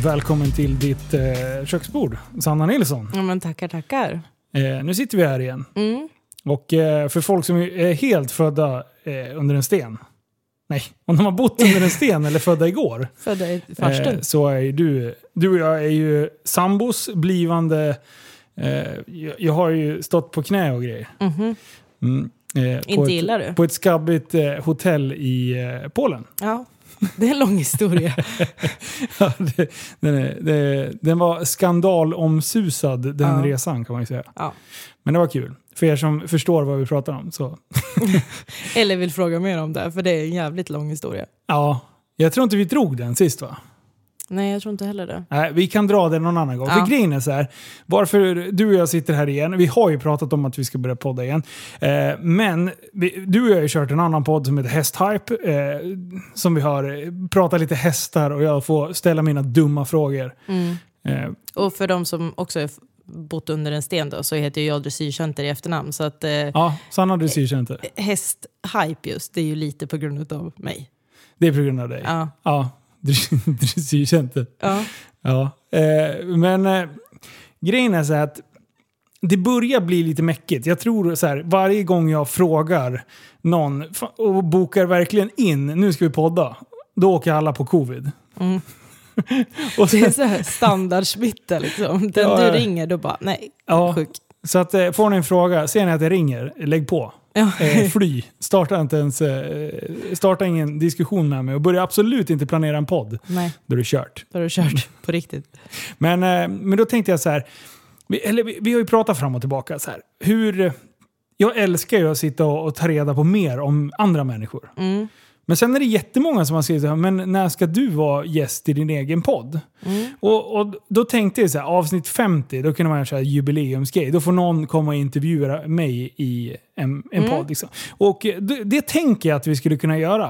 välkommen till ditt köksbord, Sanna Nilsson. Ja, men tackar. Nu sitter vi här igen. Mm. Och för folk som är helt födda under en sten. Nej, om de har bott under en sten eller födda igår. Födda i farstun. Så är du och jag är ju sambos blivande. Jag har ju stått på knä och grejer. Mm-hmm. Inte gillar du? På ett skabbigt hotell i Polen. Ja, det är en lång historia. Ja, den var skandalomsusad, den resan kan man ju säga. Ja. Men det var kul. För er som förstår vad vi pratar om. Så. Eller vill fråga mer om det, för det är en jävligt lång historia. Ja, jag tror inte vi drog den sist, va? Nej, jag tror inte heller det. Nej, vi kan dra den någon annan gång. Ja. För grejen är så här, varför du och jag sitter här igen. Vi har ju pratat om att vi ska börja podda igen. Men du och jag har ju kört en annan podd som heter Hästhype. Som vi har pratat lite hästar och jag får ställa mina dumma frågor. Och för de som också är bott under en sten då, så heter jag dressyrcenter i efternamn. Så att, ja, Sanna dressyrcenter. Hästhype just, det är ju lite på grund av mig. Det är på grund av dig? Ja. Dressyrcenter. Ja. Men grejen är så här att det börjar bli lite mäckigt. Jag tror så här, varje gång jag frågar någon och bokar verkligen in, nu ska vi podda, då åker alla på covid. Och sen, det är så här standardsmitta liksom. Den du ringer, då bara, nej, sjuk. Så att får ni en fråga, ser ni att jag ringer, lägg på. Ja. Fly. Starta ingen diskussion med mig och börja absolut inte planera en podd. Nej. Då är det kört. Då är det kört på riktigt. Men då tänkte jag så här, vi har ju pratat fram och tillbaka så här. Jag älskar ju att sitta och ta reda på mer om andra människor. Men sen är det jättemånga som har skrivit så här, men när ska du vara gäst i din egen podd? Och då tänkte jag så här, avsnitt 50, då kunde man göra så här jubileumsgrej. Då får någon komma och intervjua mig i en podd. Liksom. Och det tänker jag att vi skulle kunna göra.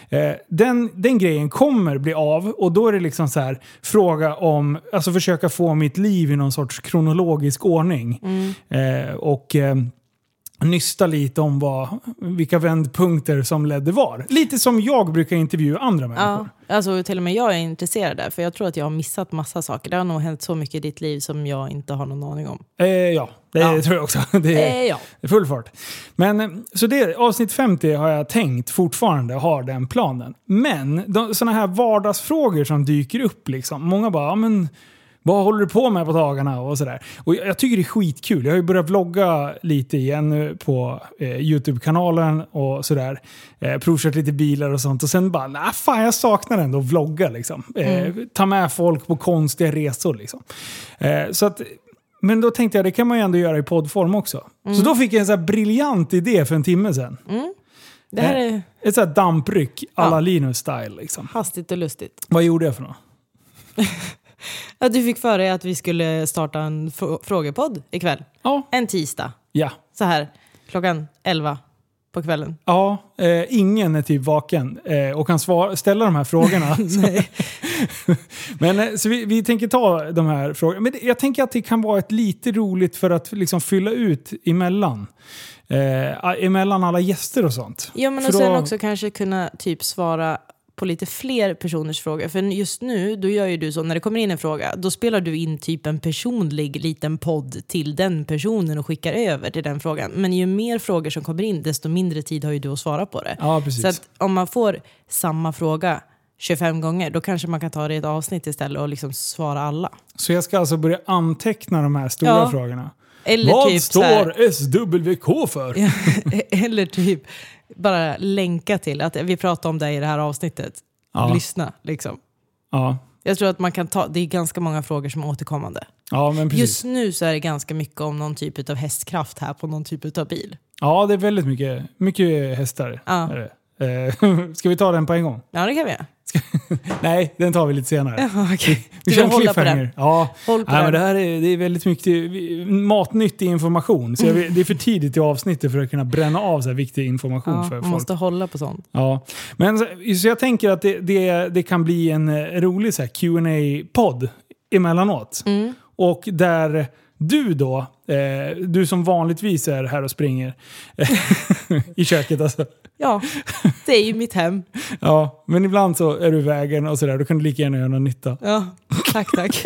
Den grejen kommer bli av och då är det liksom så här, fråga om, alltså försöka få mitt liv i någon sorts kronologisk ordning. Och nysta lite om vilka vändpunkter som ledde var. Lite som jag brukar intervjua andra människor. Ja, alltså till och med jag är intresserad där. För jag tror att jag har missat massa saker. Det har nog hänt så mycket i ditt liv som jag inte har någon aning om. Ja, det tror jag också. Det är full fart. Men så avsnitt 50 har jag tänkt fortfarande ha den planen. Men sådana här vardagsfrågor som dyker upp liksom. Många bara, men vad håller du på med på dagarna och sådär. Och jag tycker det är skitkul. Jag har ju börjat vlogga lite igen nu på YouTube-kanalen och sådär. Provkört lite bilar och sånt. Och sen bara, fan jag saknar ändå att vlogga liksom. Ta med folk på konstiga resor liksom. Så att, men då tänkte jag, det kan man ju ändå göra i poddform också. Så då fick jag en sån här briljant idé för en timme sedan. Det här är ett sånt här dampryck alla Linus-style liksom. Hastigt och lustigt. Vad gjorde jag för något? Att du fick för dig att vi skulle starta en frågepodd ikväll. Ja. En tisdag. Ja. Så här, klockan 11 på kvällen. Ja, ingen är typ vaken och kan ställa de här frågorna. Nej. Men så vi tänker ta de här frågorna. Men jag tänker att det kan vara ett lite roligt för att liksom fylla ut emellan alla gäster och sånt. Ja, men och sen också kanske kunna typ svara på lite fler personers frågor. För just nu, då gör ju du så, när det kommer in en fråga, då spelar du in typ en personlig liten podd till den personen och skickar över till den frågan. Men ju mer frågor som kommer in, desto mindre tid har ju du att svara på det. Ja, precis. Så att om man får samma fråga 25 gånger, då kanske man kan ta det i ett avsnitt istället och liksom svara alla. Så jag ska alltså börja anteckna de här stora frågorna? Eller vad typ står SWK för? Eller typ bara länka till att vi pratar om det i det här avsnittet. Ja. Lyssna liksom. Ja. Jag tror att man kan det är ganska många frågor som är återkommande. Ja, men precis. Just nu så är det ganska mycket om någon typ av hästkraft här på någon typ av bil. Ja, det är väldigt mycket hästar. Ja. Ska vi ta den på en gång? Ja, det kan vi göra. Nej, den tar vi lite senare. Ja, okay. Vi kör en cliffhanger. Ja, Håll på men det här är väldigt mycket matnyttig information. Så det är för tidigt i avsnittet för att kunna bränna av så här viktig information för folk. Man måste hålla på sånt. Ja, men så jag tänker att det kan bli en rolig så här Q&A-podd emellanåt. Och där du då, du som vanligtvis är här och springer i köket alltså. Ja, det är ju mitt hem. Ja, men ibland så är du i vägen och sådär, då kan du lika gärna göra någon nytta. Ja, Tack.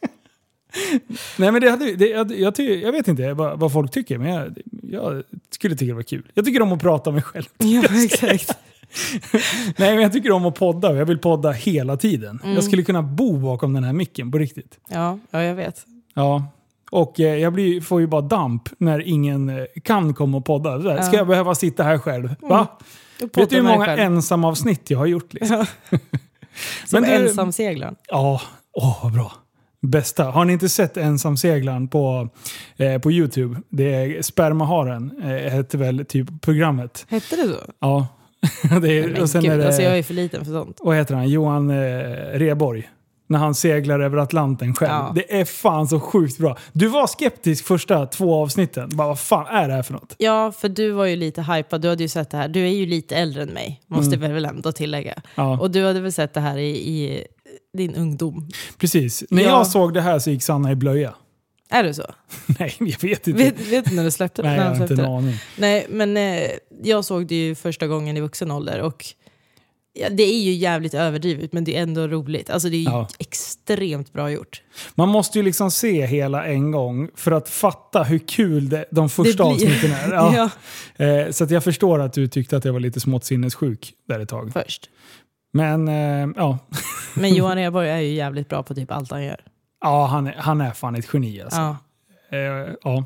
Nej, men jag vet inte vad folk tycker, men jag skulle tycka det var kul. Jag tycker om att prata med mig själv. Ja, exakt. Nej, men jag tycker om att podda och jag vill podda hela tiden. Jag skulle kunna bo bakom den här micken på riktigt. Ja, jag vet. Ja, och jag får ju bara damp när ingen kan komma och podda. Sådär, ska jag behöva sitta här själv? Va? Vet du hur många ensamavsnitt jag har gjort? Liksom? Som ensamseglaren. Ja, vad bra. Bästa. Har ni inte sett ensamseglaren på YouTube? Det är Spermaharen, heter väl typ programmet. Hette det så? Ja. Och sen Gud, är det, alltså jag är för liten för sånt. vad heter han? Johan Rheborg. När han seglar över Atlanten själv. Ja. Det är fan så sjukt bra. Du var skeptisk första 2 avsnitten. Bara, vad fan är det här för något? Ja, för du var ju lite hypad. Du hade ju sett det här. Du är ju lite äldre än mig. Måste väl ändå tillägga. Ja. Och du hade väl sett det här i din ungdom. Precis. När jag såg det här så gick Sanna i blöja. Är det så? Nej, jag vet inte. Vet du när du släppte det? Nej, jag har inte en aning. Nej, men jag såg det ju första gången i vuxen ålder och det är ju jävligt överdrivet, men det är ändå roligt. Alltså det är ju extremt bra gjort. Man måste ju liksom se hela en gång för att fatta hur kul de första avsnitten är. Ja. Ja. Så att jag förstår att du tyckte att jag var lite smått sinnessjuk där ett tag. Först. Men ja. Men Johan Rheborg är ju jävligt bra på typ allt han gör. Ja, han är fan ett geni alltså. Ja. Ja.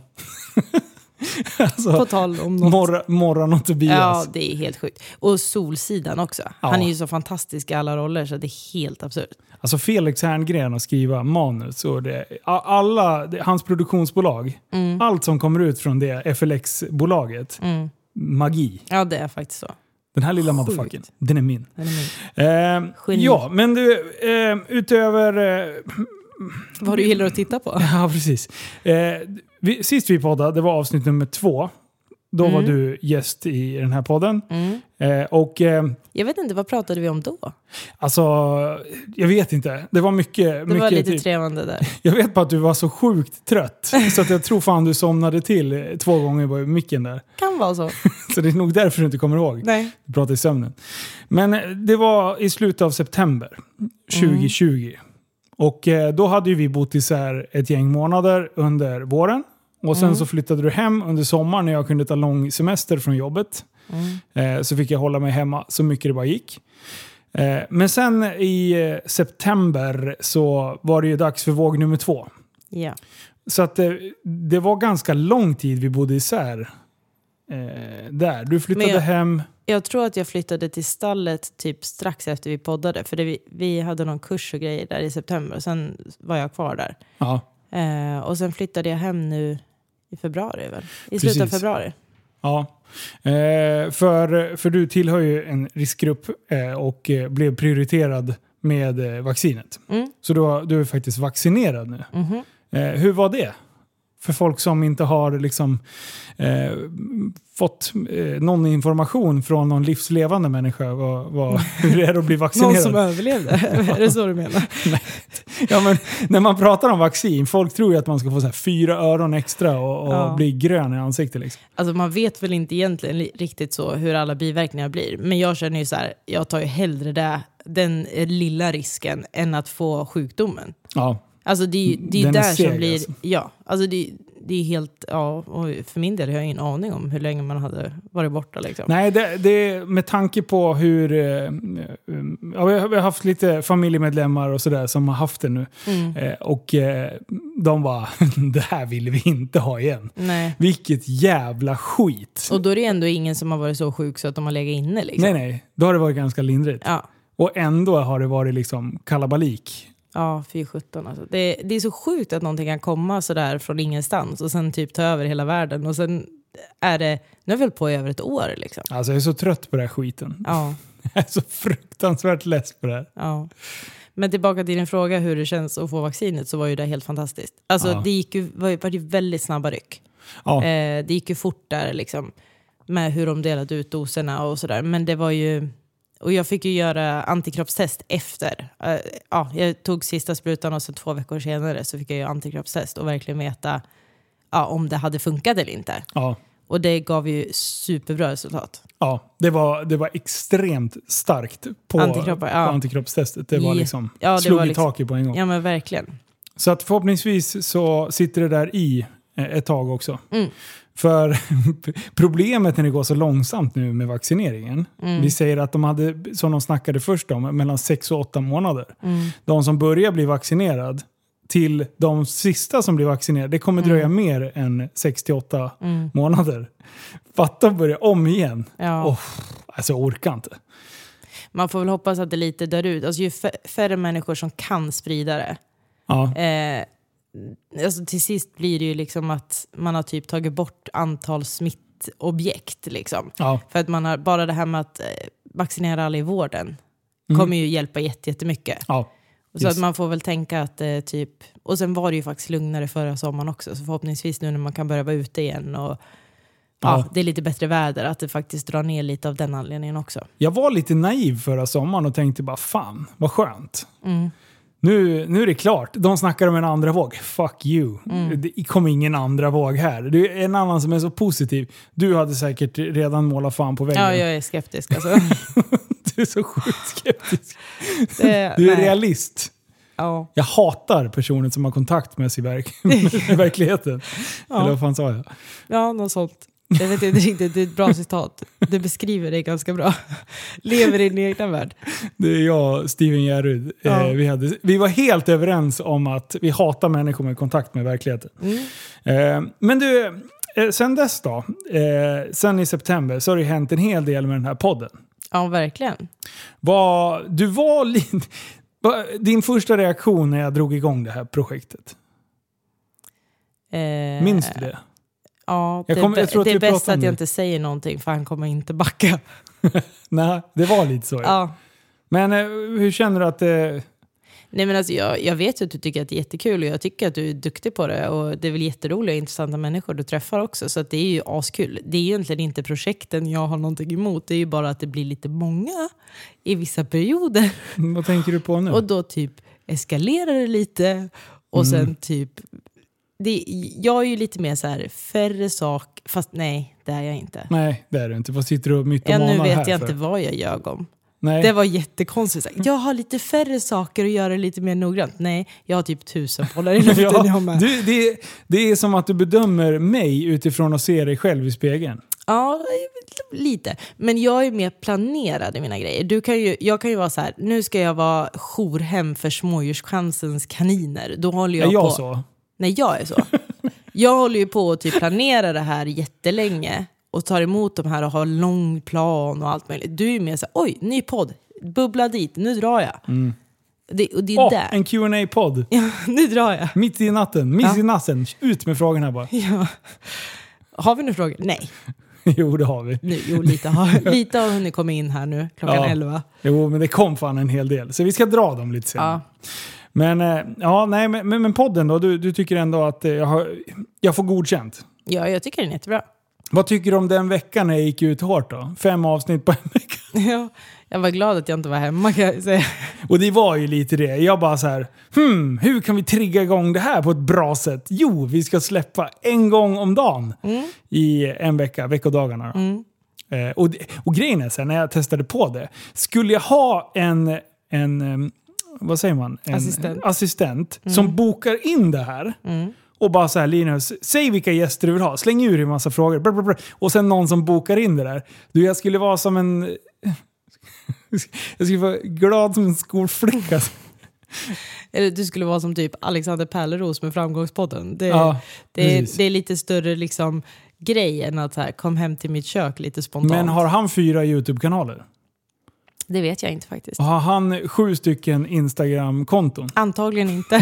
Alltså, på tal om något. Morran och Tobias. Ja, det är helt sjukt. Och Solsidan också. Ja. Han är ju så fantastisk i alla roller så det är helt absurt. Alltså Felix Herngren att skriva manus och hans produktionsbolag. Allt som kommer ut från det FLX-bolaget. Magi. Ja, det är faktiskt så. Den här lilla motherfucken, den är min. Ja, men du, utöver... Vad du gillar att titta på. Ja, precis. Sist vi poddade, det var avsnitt nummer 2. Då var du gäst i den här podden. Jag vet inte, vad pratade vi om då? Alltså, jag vet inte. Det var mycket... Det var lite trevande där. Jag vet bara att du var så sjukt trött. Så att jag tror fan du somnade till 2 gånger på micken där. Kan vara så. Så det är nog därför du inte kommer ihåg. Nej. Du pratade i sömnen. Men det var i slutet av september 2020. Och då hade ju vi bott isär ett gäng månader under våren. Och sen så flyttade du hem under sommaren när jag kunde ta lång semester från jobbet. Så fick jag hålla mig hemma så mycket det bara gick. Men sen i september så var det ju dags för våg nummer 2. Ja. Så att det var ganska lång tid vi bodde isär. Där. Du flyttade hem... Jag tror att jag flyttade till stallet typ strax efter vi poddade. För vi hade någon kurs och grejer där i september. Sen var jag kvar där. Ja. Och sen flyttade jag hem nu i februari väl? I slutet av februari. Ja. För du tillhör ju en riskgrupp och blev prioriterad med vaccinet. Så du är faktiskt vaccinerad nu. Hur var det? För folk som inte har liksom, fått någon information från någon livslevande människa hur det är att bli vaccinerad. Någon som överlevde? Är det så du menar? Nej. Ja, men när man pratar om vaccin, folk tror ju att man ska få så här 4 öron extra och bli grön i ansiktet. Liksom. Alltså man vet väl inte egentligen riktigt så hur alla biverkningar blir. Men jag känner ju så här, jag tar ju hellre den lilla risken än att få sjukdomen. Ja. Alltså det är där som blir... Alltså. Ja, alltså det är helt... Ja, och för min del har jag ingen aning om hur länge man hade varit borta. Liksom. Nej, det med tanke på hur... vi har haft lite familjemedlemmar och sådär som har haft det nu. Och de bara, det här vill vi inte ha igen. Nej. Vilket jävla skit. Och då är det ändå ingen som har varit så sjuk så att de har legat inne. Liksom. Nej. Då har det varit ganska lindrigt. Ja. Och ändå har det varit liksom kalabalik. Ja, 4-17 alltså. Det är så sjukt att någonting kan komma sådär från ingenstans och sen typ ta över hela världen och sen är det, nu är väl på över ett år liksom. Alltså jag är så trött på den här skiten. Ja. Jag är så fruktansvärt less på det här. Ja. Men tillbaka till din fråga hur det känns att få vaccinet, så var ju det helt fantastiskt. Alltså det var ju väldigt snabba ryck. Ja. Det gick ju fort där liksom med hur de delade ut doserna och sådär. Men det var ju... Och jag fick ju göra antikroppstest efter. Jag tog sista sprutan och så 2 veckor senare så fick jag göra antikroppstest och verkligen veta om det hade funkat eller inte. Ja. Och det gav ju superbra resultat. Ja, det var extremt starkt på antikroppstestet. Det var liksom slog i taket på en gång. Ja, men verkligen. Så att förhoppningsvis så sitter det där i ett tag också. För problemet när det går så långsamt nu med vaccineringen. Vi säger att de hade, som de snackade först om, mellan 6 och 8 månader. De som börjar bli vaccinerad till de sista som blir vaccinerade, det kommer dröja mer än 68 månader. Fatta börja om igen. Ja. Alltså jag orkar inte. Man får väl hoppas att det lite dör ut. Alltså ju färre människor som kan sprida det. Ja. Alltså till sist blir det ju liksom att man har typ tagit bort antal smittobjekt liksom. Ja. För att man har bara det här med att vaccinera alla i vården kommer ju hjälpa jättemycket. Ja. Så att man får väl tänka att typ, och sen var det ju faktiskt lugnare förra sommaren också, så förhoppningsvis nu när man kan börja vara ute igen och det är lite bättre väder, att det faktiskt drar ner lite av den anledningen också. Jag var lite naiv förra sommaren och tänkte bara fan, vad skönt. Nu är det klart. De snackar om en andra våg. Fuck you. Det kommer ingen andra våg här. Det är en annan som är så positiv. Du hade säkert redan målat fan på väggen. Ja, jag är skeptisk alltså. Du är så sjukt skeptisk. Du är realist. Ja. Jag hatar personer som har kontakt med sig i verkligheten. Eller vad fan sa jag? Ja, något sånt. Jag vet inte riktigt, det är ett bra citat. Det beskriver det ganska bra. Lever i din egna värld. Det är jag, Steven Järryd. Ja. Vi var helt överens om att vi hatar människor med kontakt med verkligheten. Men du, sen dess då, sen i september, så har det hänt en hel del med den här podden. Ja, verkligen. Din första reaktion när jag drog igång det här projektet? Minns du det? Ja, det är bäst att jag inte säger någonting, för han kommer inte backa. Nej, det var lite så. Ja. Men hur känner du att det... Nej, men alltså, jag vet ju att du tycker att det är jättekul, och jag tycker att du är duktig på det, och det är väl jätteroliga och intressanta människor du träffar också, så att det är ju askul. Det är ju egentligen inte projekten jag har någonting emot, det är ju bara att det blir lite många i vissa perioder. Vad tänker du på nu? Och då typ eskalerar det lite, och sen typ... jag är ju lite mer så här färre sak, fast nej, det är jag inte. Nej, det är du inte. Vad sitter du och mytomanar här? Nu vet jag inte vad jag ljög om. Nej. Det var jättekonstigt. Jag har lite färre saker och gör det lite mer noggrant. Nej, jag har typ 1000 bollar i luften. Jag med. Det är som att du bedömer mig utifrån att se dig själv i spegeln. Ja, lite. Men jag är mer planerad i mina grejer. Jag kan ju vara så här, nu ska jag vara jourhem för Smådjurschansens kaniner. Då håller jag på... så? Nej, jag är så. Jag håller ju på att typ planera det här jättelänge och tar emot de här och har lång plan och allt möjligt. Du är ju mer så här, oj, ny podd, bubbla dit, nu drar jag. Det är där. En Q&A-podd. Ja, nu drar jag. Mitt i natten, i natten. Ut med frågorna bara. Ja. Har vi nu frågor? Nej. Jo, det har vi. Lite har hunnit komma in här nu, klockan 11. Jo, men det kom fan en hel del. Så vi ska dra dem lite sen. Ja. Men men podden då, du tycker ändå att jag får godkänt? Ja, jag tycker den är jättebra. Vad tycker du om den veckan när jag gick ut hårt då? 5 avsnitt på en vecka. Ja, jag var glad att jag inte var hemma, kan jag säga. Och det var ju lite det. Jag bara så här, hur kan vi trigga igång det här på ett bra sätt? Jo, vi ska släppa en gång om dagen i en vecka, veckodagarna då. Och grejen är så här, när jag testade på det, skulle jag ha en vad säger man? En assistent som bokar in det här och bara så här, Linus, säg vilka gäster du vill ha, släng ur en massa frågor blablabla. Och sen någon som bokar in det där. Jag skulle vara som en jag skulle vara glad som en skolflicka. Eller du skulle vara som typ Alexander Pärleros med Framgångspodden. Det är lite större liksom grej än att så här, kom hem till mitt kök lite spontant. Men har han 4 YouTube-kanaler? Det vet jag inte faktiskt. Har han 7 stycken Instagram-konton? Antagligen inte.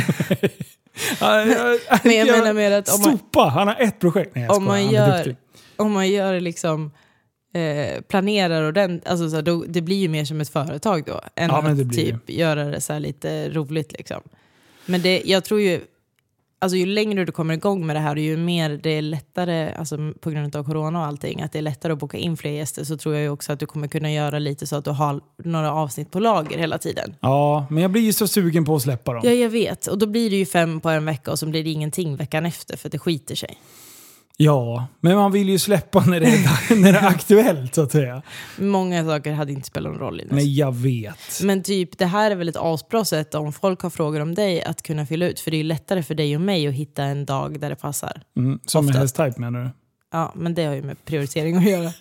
Men jag menar mer att han har ett projekt. Nej, om man gör liksom planerar och alltså så här, det blir ju mer som ett företag då än att typ göra det så här lite roligt liksom. Men jag tror ju, alltså ju längre du kommer igång med det här och ju mer det är lättare, alltså på grund av corona och allting, att det är lättare att boka in fler gäster, så tror jag ju också att du kommer kunna göra lite så att du har några avsnitt på lager hela tiden. Ja, men jag blir ju så sugen på att släppa dem. Ja, jag vet. Och då blir det ju 5 på en vecka och så blir det ingenting veckan efter för att det skiter sig. Ja, men man vill ju släppa när det är aktuellt så att säga. Många saker hade inte spelat någon roll i det. Nej, jag vet. Men typ, det här är väl ett asbra sätt om folk har frågor om dig att kunna fylla ut. För det är ju lättare för dig och mig att hitta en dag där det passar. Som en hästtype menar du? Ja, men det har ju med prioritering att göra.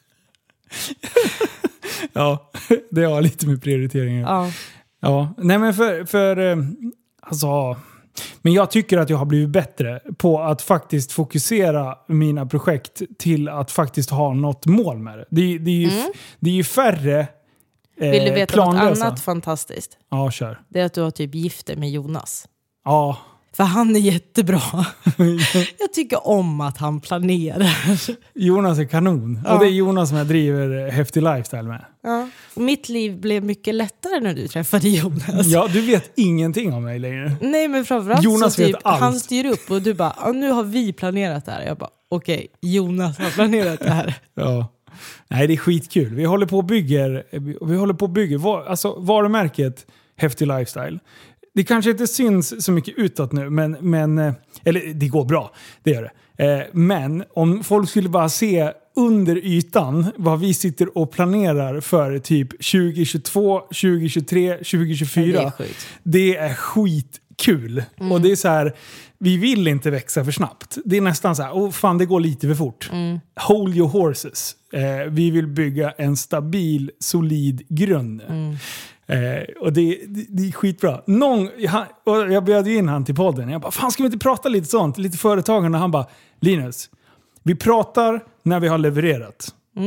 Ja, det har lite med prioritering. Ja. Nej men alltså... Men jag tycker att jag har blivit bättre på att faktiskt fokusera mina projekt till att faktiskt ha något mål med det. Det är ju färre Vill du veta planlösa. något annat fantastiskt? Ja, kör. Det är att du har typ gift dig med Jonas. Ja. För han är jättebra. Jag tycker om att han planerar. Jonas är kanon. Ja. Och det är Jonas som jag driver Häftig Lifestyle med. Ja. Mitt liv blev mycket lättare när du träffade Jonas. Ja, du vet ingenting om mig längre. Nej, men framförallt Jonas så vet typ, allt. Han styr upp och du bara, nu har vi planerat det här. Jag bara, okej, Jonas har planerat det här. Ja. Nej, det är skitkul. Vi håller på och bygger alltså varumärket Häftig Lifestyle. Det kanske inte syns så mycket utåt nu, men eller det går bra, det gör det. Men om folk skulle bara se under ytan vad vi sitter och planerar för typ 2022, 2023, 2024. Det är skitkul. Och det är så här, vi vill inte växa för snabbt. Det är nästan så här, fan det går lite för fort. Hold your horses. Vi vill bygga en stabil, solid grund. Och det är skitbra. Jag bjöd in han till podden. Jag bara, fan ska vi inte prata lite sånt? Lite företagande. Han bara, Linus, vi pratar när vi har levererat.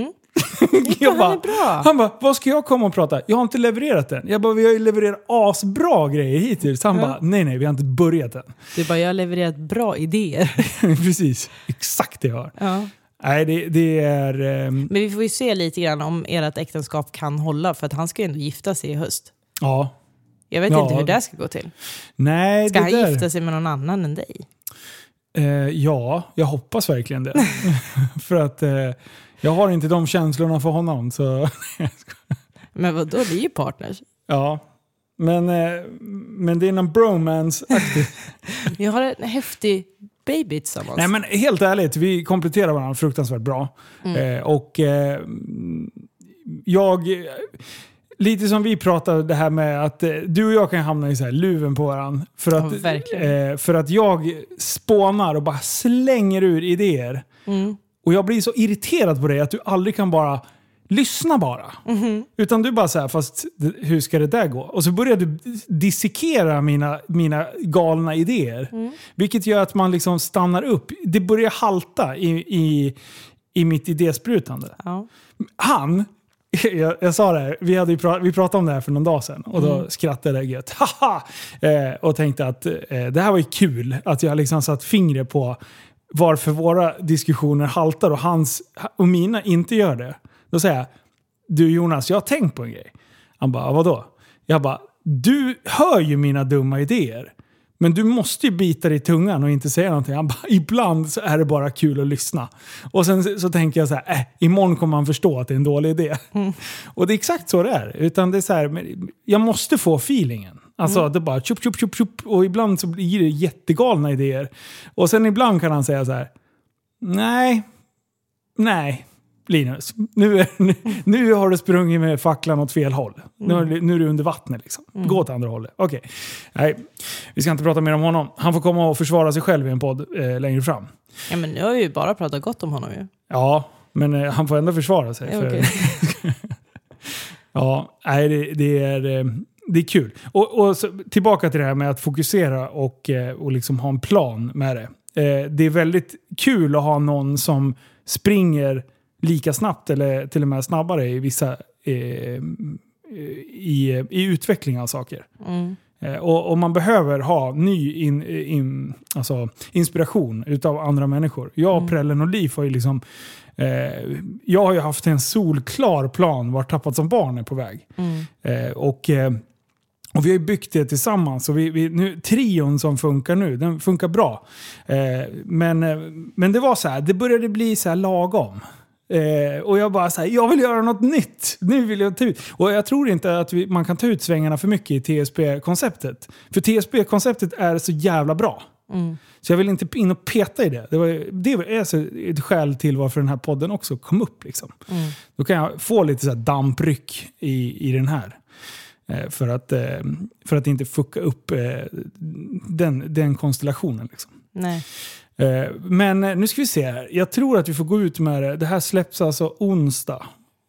Han bara, vad ska jag komma och prata? Jag har inte levererat den. Jag bara, vi har ju levererat asbra grejer hittills. Han bara, nej, vi har inte börjat än. Det bara, jag har levererat bra idéer. Precis, exakt det jag har. Ja. Nej, det är... Men vi får ju se lite grann om ert äktenskap kan hålla. För att han ska ju ändå gifta sig i höst. Ja. Jag vet inte hur det ska gå till. Nej, ska han gifta sig med någon annan än dig? Ja, jag hoppas verkligen det. För att jag har inte de känslorna för honom. Så Men vadå, vi är ju partners. Ja, men det är någon bromance-aktig. Vi har en häftig baby tillsammans. Nej, men helt ärligt, vi kompletterar varandra fruktansvärt bra. Lite som vi pratade det här med att du och jag kan hamna i så här luven på varandra. För att jag spånar och bara slänger ur idéer. Och jag blir så irriterad på dig att du aldrig kan bara lyssna bara. Utan du bara så här, fast hur ska det där gå? Och så börjar du dissekera mina galna idéer. Vilket gör att man liksom stannar upp. Det börjar halta i mitt idésprutande. Ja. Jag sa det här, vi pratade om det här för någon dag sedan och då skrattade jag gött. Och tänkte att det här var ju kul att jag liksom satt fingret på varför våra diskussioner haltar och hans och mina inte gör det. Då säger jag, du Jonas, jag har tänkt på en grej. Han bara, vadå? Jag bara, du hör ju mina dumma idéer. Men du måste ju bita dig i tungan och inte säga någonting. Han bara, ibland så är det bara kul att lyssna. Och sen så tänker jag så här, imorgon kommer man förstå att det är en dålig idé. Och det är exakt så det är. Utan det är så här, jag måste få feelingen. Alltså det är bara tjup, tjup, tjup, tjup. Och ibland så blir det jättegalna idéer. Och sen ibland kan han säga så här, nej. Linus, nu har du sprungit med facklan åt fel håll. Nu är du under vattnet liksom. Gå åt andra hållet. Okej. Nej, vi ska inte prata mer om honom. Han får komma och försvara sig själv i en podd längre fram. Ja, men nu har vi ju bara pratat gott om honom ju. Ja, men han får ändå försvara sig. Okay. Ja, nej, det är kul. Och så, tillbaka till det här med att fokusera och liksom ha en plan med det. Det är väldigt kul att ha någon som springer lika snabbt eller till och med snabbare i vissa i utveckling av saker. Och man behöver ha ny inspiration utav andra människor. Jag, Prellen och Liv har ju liksom jag har ju haft en solklar plan vart Tappat som barn är på väg. Och vi har ju byggt det tillsammans. Och nu, trion som funkar nu, den funkar bra. Men det var så här, det började bli så här lagom. Och jag bara så här, jag vill göra något nytt. Nu vill jag ta ut. Och jag tror inte att man kan ta ut svängarna för mycket i TSP-konceptet. För TSP-konceptet är så jävla bra. Så jag vill inte in och peta i det. Det är alltså ett skäl till varför den här podden också kom upp. Liksom. Då kan jag få lite så här dampryck i den här. För att inte fucka upp den konstellationen. Liksom. Nej. Men nu ska vi se här. Jag tror att vi får gå ut med det. Det här släpps alltså onsdag.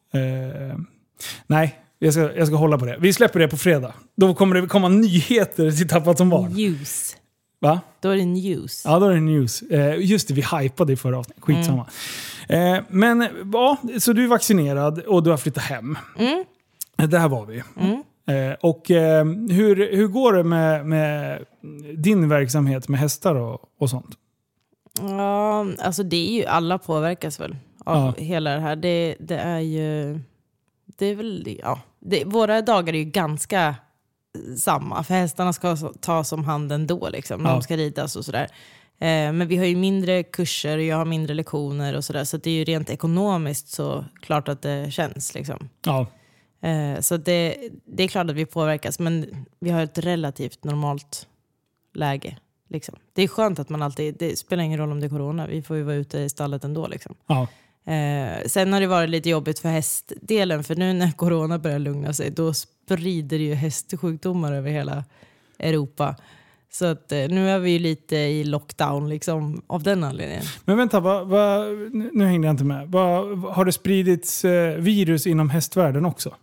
Nej, jag ska hålla på det. Vi släpper det på fredag. Då kommer det komma nyheter till Tappat som barn. News. Va? Då är det news. Ja, då är det news. Just det, vi hypade i förra avsnittet. Skitsamma. Men ja, så du är vaccinerad och du har flyttat hem. Det här var vi. Och hur går det med din verksamhet med hästar och sånt? Ja, alltså det är ju, alla påverkas väl av hela det här. Det är ju, det är väl, ja. Våra dagar är ju ganska samma, för hästarna ska tas om hand ändå liksom. De ska ridas och sådär. Men vi har ju mindre kurser och jag har mindre lektioner och sådär. Så det är ju rent ekonomiskt så klart att det känns liksom. Ja. Så det är klart att vi påverkas, men vi har ett relativt normalt läge. Liksom. Det är skönt att man alltid, det spelar ingen roll om det är corona, vi får ju vara ute i stallet ändå. Liksom. Ja. Sen har det varit lite jobbigt för hästdelen, för nu när corona börjar lugna sig, då sprider det ju hästsjukdomar över hela Europa. Så att nu är vi ju lite i lockdown liksom, av den anledningen. Men vänta, nu hängde jag inte med. Har det spridits virus inom hästvärlden också?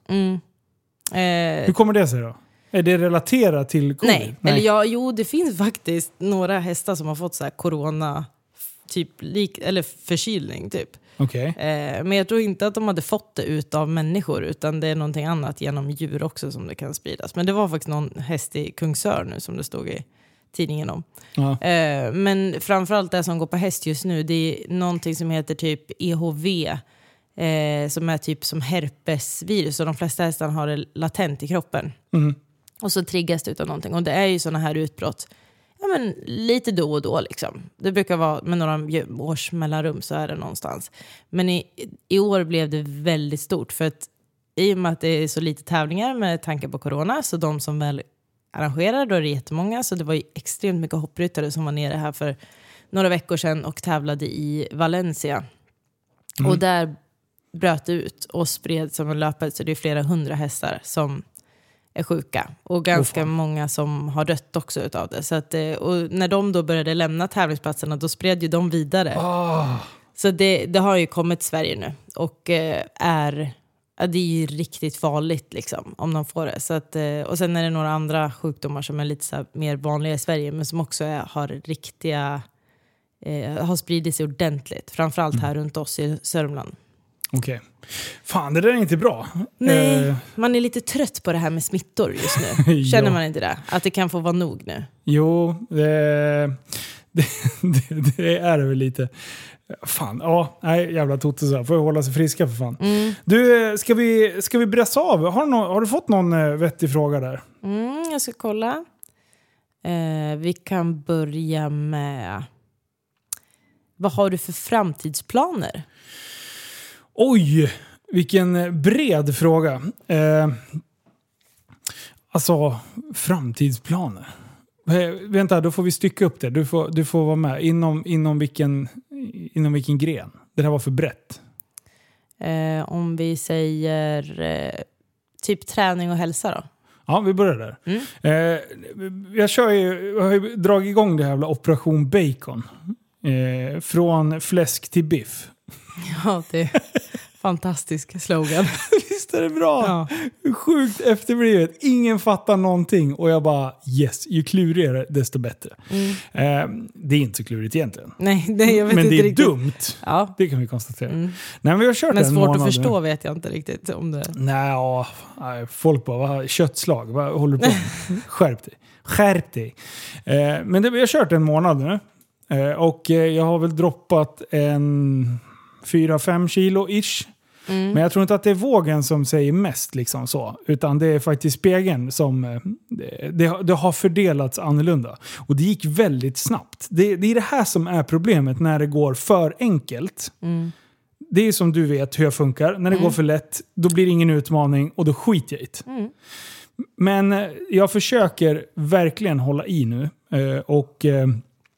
Hur kommer det sig då? Är det relaterat till covid? Nej. Eller jo, det finns faktiskt några hästar som har fått så här corona typ eller förkylning typ. Okay. Men jag tror inte att de hade fått det utav människor, utan det är någonting annat genom djur också som det kan spridas. Men det var faktiskt någon häst i Kungsör nu som det stod i tidningen om. Ja. Men framförallt det som går på häst just nu, det är någonting som heter typ EHV, som är typ som herpesvirus, och de flesta hästarna har det latent i kroppen. Och så triggas det utav någonting. Och det är ju såna här utbrott lite då och då liksom. Det brukar vara med några års mellanrum, så är det någonstans. Men i år blev det väldigt stort, för att i och med att det är så lite tävlingar med tanke på corona, så de som väl arrangerar, då är det jättemånga. Så det var ju extremt mycket hoppryttare som var nere här för några veckor sedan och tävlade i Valencia. Och där bröt det ut och spred som en löpare, så det är flera 100 hästar som är sjuka. Och ganska många som har dött också utav det. Så att, och när de då började lämna tävlingsplatserna, då spred ju de vidare. Så det har ju kommit till Sverige nu. Och det är ju riktigt farligt liksom, om de får det. Så att, och sen är det några andra sjukdomar som är lite så här mer vanliga i Sverige, men som också har spridit sig ordentligt. Framförallt här runt oss i Sörmland. Okej. Fan, det där är inte bra. Nej, man är lite trött på det här med smittor just nu. Känner man inte det? Att det kan få vara nog nu? Jo, det är det väl lite. Fan, jävla totusar. Får jag hålla sig friska för fan. Du, ska vi brassa av? Har du fått någon vettig fråga där? Jag ska kolla. Vi kan börja med... Vad har du för framtidsplaner? Oj, vilken bred fråga. Alltså, framtidsplaner. Vänta, då får vi stycka upp det. Du får vara med. Inom vilken gren? Det här var för brett. Om vi säger typ träning och hälsa då? Ja, vi börjar där. Jag har ju dragit igång det här jävla Operation Bacon. Från fläsk till biff. Ja, det är fantastisk slogan. Visst är det bra? Ja. Sjukt efterblivet. Ingen fattar någonting. Och jag bara, yes, ju klurigare desto bättre. Det är inte så klurigt egentligen. Nej, jag vet men inte det är riktigt. Dumt. Ja. Det kan vi konstatera. Nej, vi har kört men en svårt månad att förstå nu. Vet jag inte riktigt om det. Nej, folk bara, köttslag. Vad håller du på med? Skärp dig. Men vi har kört en månad nu. Och jag har väl droppat 4-5 kilo ish. Men jag tror inte att det är vågen som säger mest liksom så, utan det är faktiskt spegeln som det har fördelats annorlunda. Och det gick väldigt snabbt. Det är det här som är problemet när det går för enkelt. Det är som du vet hur jag funkar. När det går för lätt, då blir det ingen utmaning och då skiter jag i det. Men jag försöker verkligen hålla i nu. Och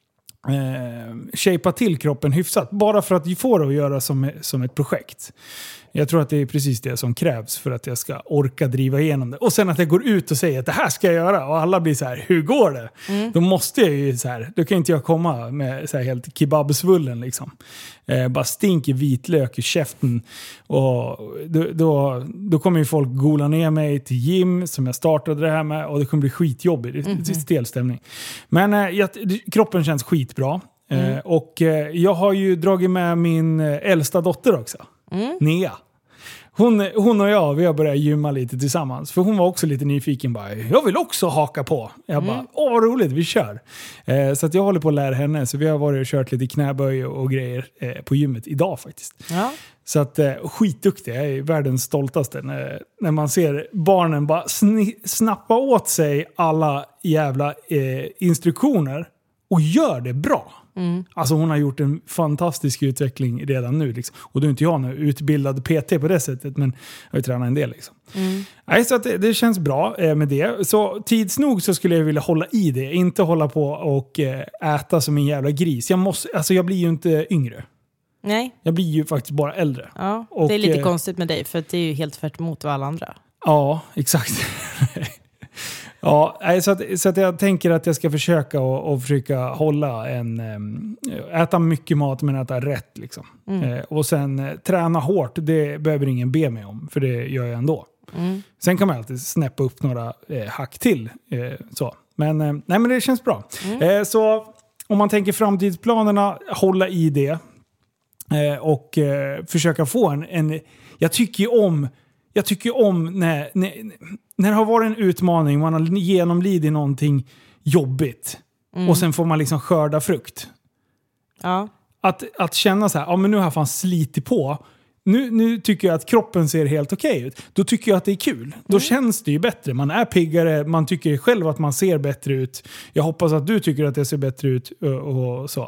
shapea till kroppen hyfsat. Bara för att få det att göra som ett projekt. Jag tror att det är precis det som krävs för att jag ska orka driva igenom det. Och sen att jag går ut och säger att det här ska jag göra. Och alla blir så här, hur går det? Då måste jag ju så här, då kan inte jag komma med så här helt kebabsvullen liksom. Bara stinker vitlök i käften. Och då kommer ju folk gola ner mig till gym som jag startade det här med. Och det kommer bli skitjobbigt. Det är stel stämning. Men kroppen känns skitbra. Och jag har ju dragit med min äldsta dotter också. Nea. Hon och jag, vi har börjat gymma lite tillsammans. För hon var också lite nyfiken. Bara, jag vill också haka på. Jag bara, vad roligt, vi kör. Så att jag håller på att lära henne. Så vi har varit och kört lite knäböj och grejer på gymmet idag faktiskt. Ja. Så att skitduktig. Jag är världens stoltaste. När man ser barnen bara snappa åt sig alla jävla instruktioner. Och gör det bra. Alltså hon har gjort en fantastisk utveckling redan nu. Liksom. Och då är inte jag nu utbildad PT på det sättet. Men jag har ju tränat en del. Liksom. Nej, så att det känns bra med det. Så tids nog så skulle jag vilja hålla i det. Inte hålla på och äta som en jävla gris. Jag blir ju inte yngre. Nej. Jag blir ju faktiskt bara äldre. Ja, och, det är lite konstigt med dig. För att det är ju helt tvärt emot vad alla andra. Ja, exakt. Ja, så att jag tänker att jag ska försöka och försöka hålla äta mycket mat men äta rätt liksom. Och sen träna hårt, det behöver ingen be mig om för det gör jag ändå. Sen kan man alltid snäppa upp några hack till så. Men nej, men det känns bra. Så om man tänker framtidsplanerna, hålla i det och försöka få en jag tycker om när det har varit en utmaning, man har genomlidit någonting jobbigt och sen får man liksom skörda frukt. Ja. Att känna så här, ja men nu har jag fan slitit på. Nu tycker jag att kroppen ser helt okej ut. Då tycker jag att det är kul. Då känns det ju bättre. Man är piggare, man tycker själv att man ser bättre ut. Jag hoppas att du tycker att det ser bättre ut och så.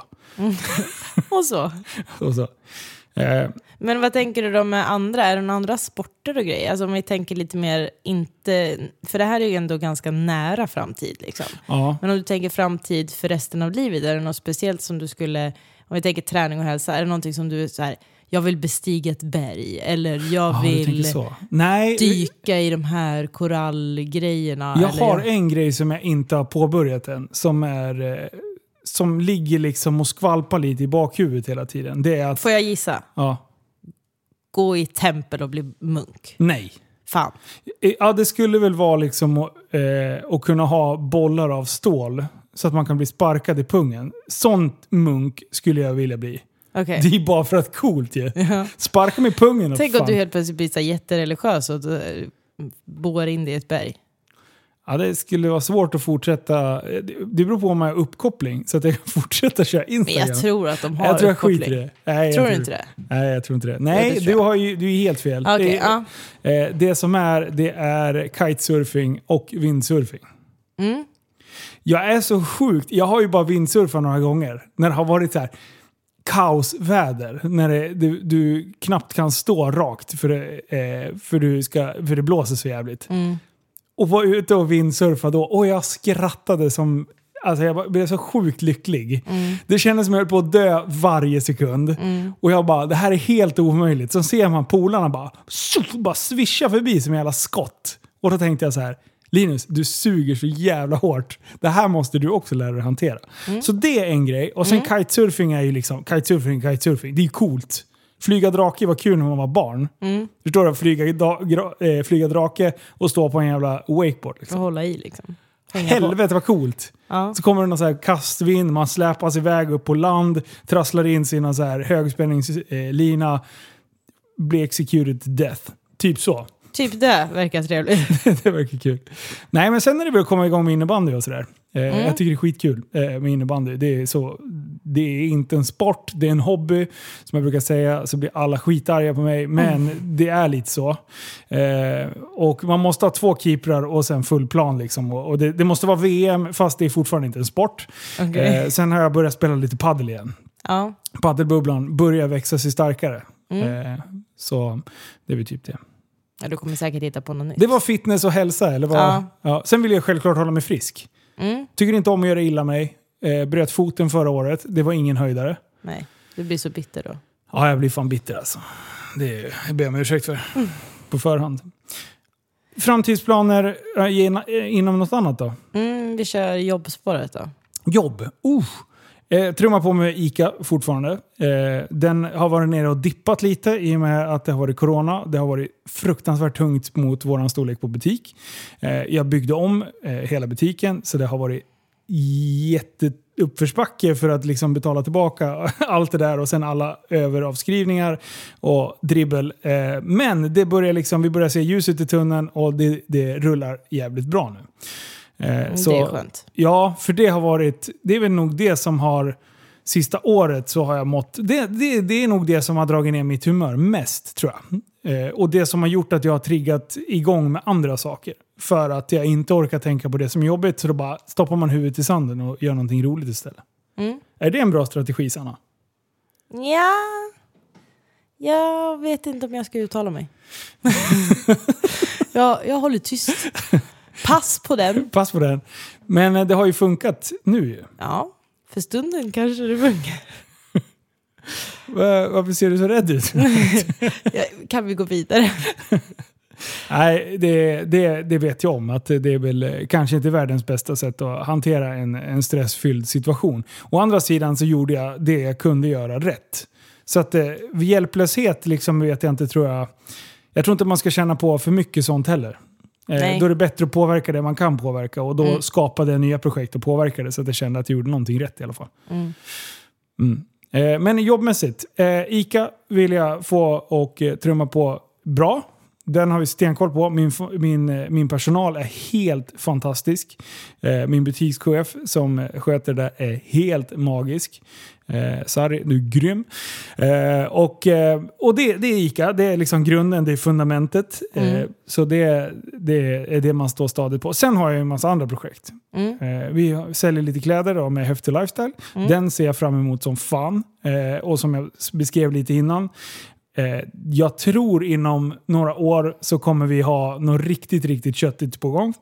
Och så. Men vad tänker du då med andra? Är det några andra sporter och grejer? Alltså om vi tänker lite mer inte... För det här är ju ändå ganska nära framtid liksom. Ja. Men om du tänker framtid för resten av livet, är det något speciellt som du skulle... Om vi tänker träning och hälsa, är det någonting som du så här... Jag vill bestiga ett berg. Eller jag vill dyka i de här korallgrejerna. Jag har en grej som jag inte har påbörjat än. Som ligger liksom och skvalpar lite i bakhuvudet hela tiden. Det är att, får jag gissa? Ja. Gå i tempel och bli munk? Nej. Fan. Ja, det skulle väl vara liksom att kunna ha bollar av stål så att man kan bli sparkad i pungen. Sånt munk skulle jag vilja bli. Okay. Det är bara för att coolt ju. Ja. Sparka mig i pungen. Tänk att du helt plötsligt blir så jättereligiös och boar in det i ett berg. Ja, det skulle vara svårt att fortsätta. Det beror på om jag har uppkoppling så att jag kan fortsätta köra Instagram. Men jag tror att de har uppkoppling. Jag skiter i det. Nej, tror du inte det? Nej, jag tror inte det. Nej, du är helt fel. Okay, det som det är kitesurfing och windsurfing. Jag är så sjukt. Jag har ju bara windsurfat några gånger. När det har varit så här kaosväder. När du knappt kan stå rakt för det blåser så jävligt. Och var ute och windsurfa då. Och jag skrattade som... Alltså jag blev så sjukt lycklig. Det kändes som jag höll på att dö varje sekund. Och jag bara, det här är helt omöjligt. Så ser man polarna bara svischa förbi som en jävla skott. Och då tänkte jag så här, Linus, du suger så jävla hårt. Det här måste du också lära dig hantera. Så det är en grej. Och sen kitesurfing är ju liksom, kitesurfing. Det är ju coolt. Flyga drake var kul när man var barn. Förstår du? Flyga drake och stå på en jävla wakeboard. Liksom. Och hålla i liksom. Helvete vad coolt. Ja. Så kommer det någon så här kastvind, man släpas iväg upp på land, trasslar in sina så här högspänningslina, blir executed to death. Typ så. Typ det verkar trevligt. Det verkar kul. Nej, men sen är det väl att komma igång med innebandy och sådär. Jag tycker det är skitkul med innebandy. Det är inte en sport, det är en hobby. Som jag brukar säga så blir alla skitarga på mig. Men det är lite så. Och man måste ha 2 keeprar och sen full plan. Liksom. Och det måste vara VM fast det är fortfarande inte en sport. Okay. Sen har jag börjat spela lite paddel igen. Ja. Paddelbubblan börjar växa sig starkare. Så det är väl typ det. Ja, du kommer säkert hitta på något nytt. Det var fitness och hälsa, eller vad? Ja. Sen vill jag självklart hålla mig frisk. Tycker inte om att göra illa mig. Bröt foten förra året. Det var ingen höjdare. Nej, du blir så bitter då. Ja, jag blir fan bitter alltså. Det ber jag om ursäkt för. På förhand. Framtidsplaner inom något annat då? Vi kör jobbspåret då. Jobb. Trumma på med ICA fortfarande. Den har varit nere och dippat lite i och med att det har varit corona. Det har varit fruktansvärt tungt mot våran storlek på butik. Jag byggde om hela butiken så det har varit jätteuppförsbacke för att liksom betala tillbaka allt det där och sen alla överavskrivningar och dribbel. Men det börjar liksom, vi börjar se ljuset i tunneln och det rullar jävligt bra nu. Så, det är skönt. Ja, för det har varit, det är väl nog det som har sista året så har jag mått, det är nog det som har dragit ner mitt humör mest tror jag. Och det som har gjort att jag har triggat igång med andra saker. För att jag inte orkar tänka på det som är jobbigt så då bara stoppar man huvudet i sanden och gör någonting roligt istället. Är det en bra strategi, Sanna? Ja, jag vet inte om jag ska uttala mig. jag håller tyst. Pass på den. Pass på den. Men det har ju funkat nu. Ja, för stunden kanske det funkar. Varför ser du så rädd ut? Kan vi gå vidare? Nej, det vet jag om. Att det är väl kanske inte världens bästa sätt att hantera en stressfylld situation. Å andra sidan så gjorde jag det jag kunde göra rätt. Så att hjälplöshet liksom vet jag inte tror jag. Jag tror inte man ska känna på för mycket sånt heller. Då är det bättre att påverka det man kan påverka. Och då skapade jag nya projekt och påverkade så att jag kände att jag gjorde någonting rätt i alla fall. Men jobbmässigt. ICA vill jag få och trumma på bra. Den har vi stenkoll på. Min personal är helt fantastisk. Min butikschef som sköter det är helt magisk. Sari, du är grym. Och det är ICA. Det är liksom grunden, det är fundamentet. Så det är det man står stadigt på. Sen har jag en massa andra projekt. Vi säljer lite kläder då, med Häftig Lifestyle. Den ser jag fram emot som fan. Och som jag beskrev lite innan. Jag tror inom några år så kommer vi ha något riktigt, riktigt köttigt på gång.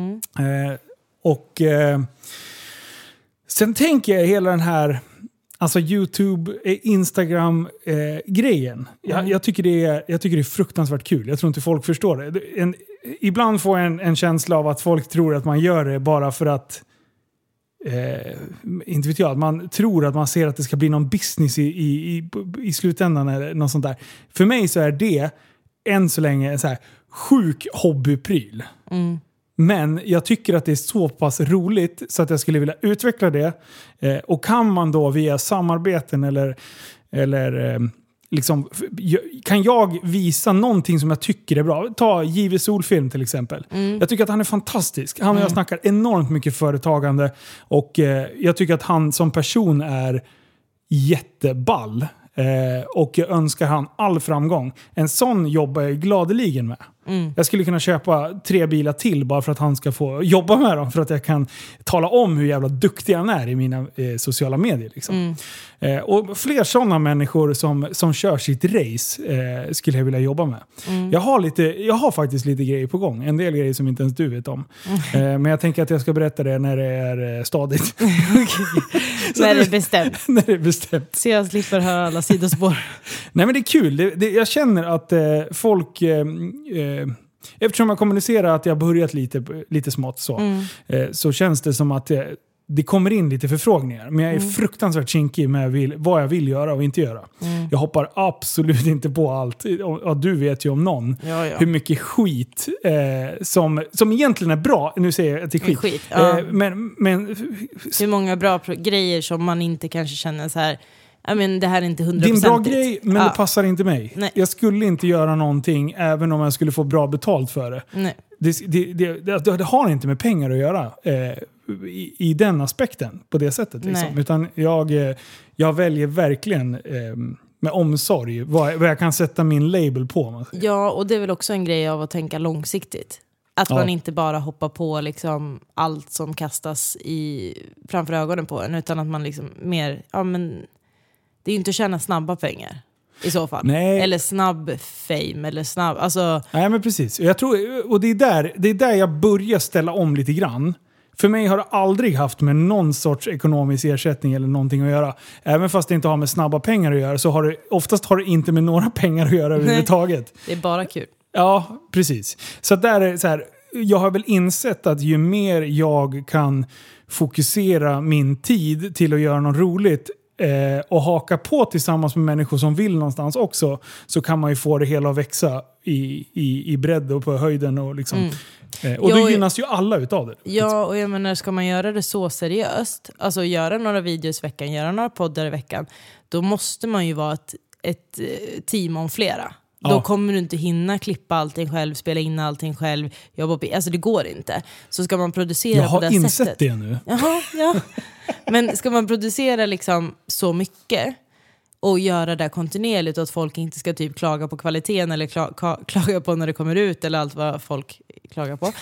Sen tänker jag hela den här alltså YouTube, Instagram-grejen. Jag tycker det är fruktansvärt kul. Jag tror inte folk förstår det. Ibland får jag en känsla av att folk tror att man gör det bara för att inte vet jag, att man tror att man ser att det ska bli någon business i slutändan eller något sånt där. För mig så är det än så länge en så här sjuk hobbypryl. Men jag tycker att det är så pass roligt så att jag skulle vilja utveckla det. Och kan man då via samarbeten eller liksom, kan jag visa någonting som jag tycker är bra. Ta J.V. Solfilm till exempel. Jag tycker att han är fantastisk. Han och jag snackar enormt mycket företagande. Och jag tycker att han som person är jätteball. Och jag önskar han all framgång. En sån jobbar jag gladeligen med. Jag skulle kunna köpa 3 bilar till bara för att han ska få jobba med dem. För att jag kan tala om hur jävla duktig han är i mina sociala medier. Liksom. Och fler sådana människor som kör sitt race skulle jag vilja jobba med. Jag har faktiskt lite grejer på gång. En del grejer som inte ens du vet om. Men jag tänker att jag ska berätta det när det är stadigt. När det är bestämt. När det är bestämt. Så jag slipper höra alla sidospår. Nej men det är kul. Jag känner att folk... eftersom jag kommunicerar att jag börjat lite smått så känns det som att det kommer in lite förfrågningar. Men jag är fruktansvärt kinkig med vad jag vill göra och inte göra. Jag hoppar absolut inte på allt. Och du vet ju om någon hur mycket skit som egentligen är bra. Nu säger jag att det är skit. Men hur många bra grejer som man inte kanske känner så här. Det här är inte 100%. Det är en bra grej, men det passar inte mig. Nej. Jag skulle inte göra någonting även om jag skulle få bra betalt för det. Nej. Det har inte med pengar att göra i den aspekten på det sättet. Liksom. Utan jag väljer verkligen med omsorg vad jag kan sätta min label på. Ja, och det är väl också en grej av att tänka långsiktigt. Att man inte bara hoppar på liksom allt som kastas framför ögonen på en. Utan att man liksom mer... det är ju inte att tjäna snabba pengar i så fall. Nej. Eller snabb fame. Eller snabb... Alltså... Nej, men precis. Jag tror, och det är där jag börjar ställa om lite grann. för mig har det aldrig haft med någon sorts ekonomisk ersättning eller någonting att göra. Även fast det inte har med snabba pengar att göra så har det oftast inte med några pengar att göra överhuvudtaget. Det är bara kul. Ja, precis. Så där är så här, jag har väl insett att ju mer jag kan fokusera min tid till att göra något roligt och haka på tillsammans med människor som vill någonstans också, så kan man ju få det hela att växa i bredd och på höjden och liksom. Och då gynnas ju alla utav det. Ja, och jag menar, ska man göra det så seriöst, alltså göra några videos i veckan, göra några poddar i veckan, då måste man ju vara ett team om flera. Ja. Då kommer du inte hinna klippa allting själv, spela in allting själv, jobba på, alltså det går inte. Så ska man producera på det sättet. Jag har insett det nu. Jaha, ja. Men ska man producera liksom så mycket och göra det kontinuerligt och att folk inte ska typ klaga på kvaliteten eller klaga på när det kommer ut eller allt vad folk klagar på.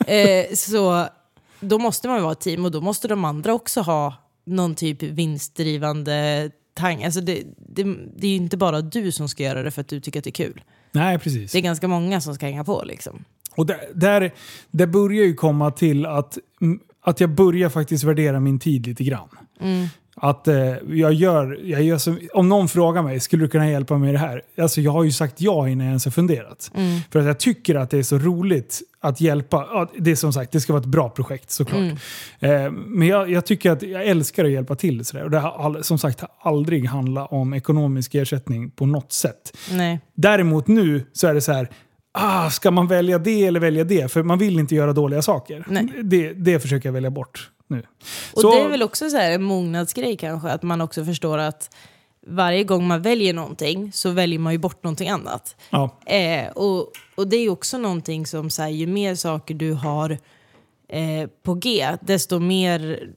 Så då måste man vara ett team och då måste de andra också ha någon typ vinstdrivande tanke. Alltså det är ju inte bara du som ska göra det för att du tycker att det är kul. Nej, precis. Det är ganska många som ska hänga på liksom. Och där börjar ju komma till att jag börjar faktiskt värdera min tid lite grann. Att jag gör som, om någon frågar mig, skulle du kunna hjälpa mig med det här? Alltså jag har ju sagt ja innan jag ens har funderat. För att jag tycker att det är så roligt att hjälpa. Ja, det är som sagt, det ska vara ett bra projekt såklart. Men jag tycker att jag älskar att hjälpa till. Sådär. Och det har som sagt aldrig handlat om ekonomisk ersättning på något sätt. Nej. Däremot nu så är det så här, ska man välja det eller välja det? För man vill inte göra dåliga saker. Det försöker jag välja bort nu. Och så, det är väl också så här en mognadsgrej kanske, att man också förstår att varje gång man väljer någonting så väljer man ju bort någonting annat. Ja. Och det är ju också någonting som så här, ju mer saker du har på G, desto mer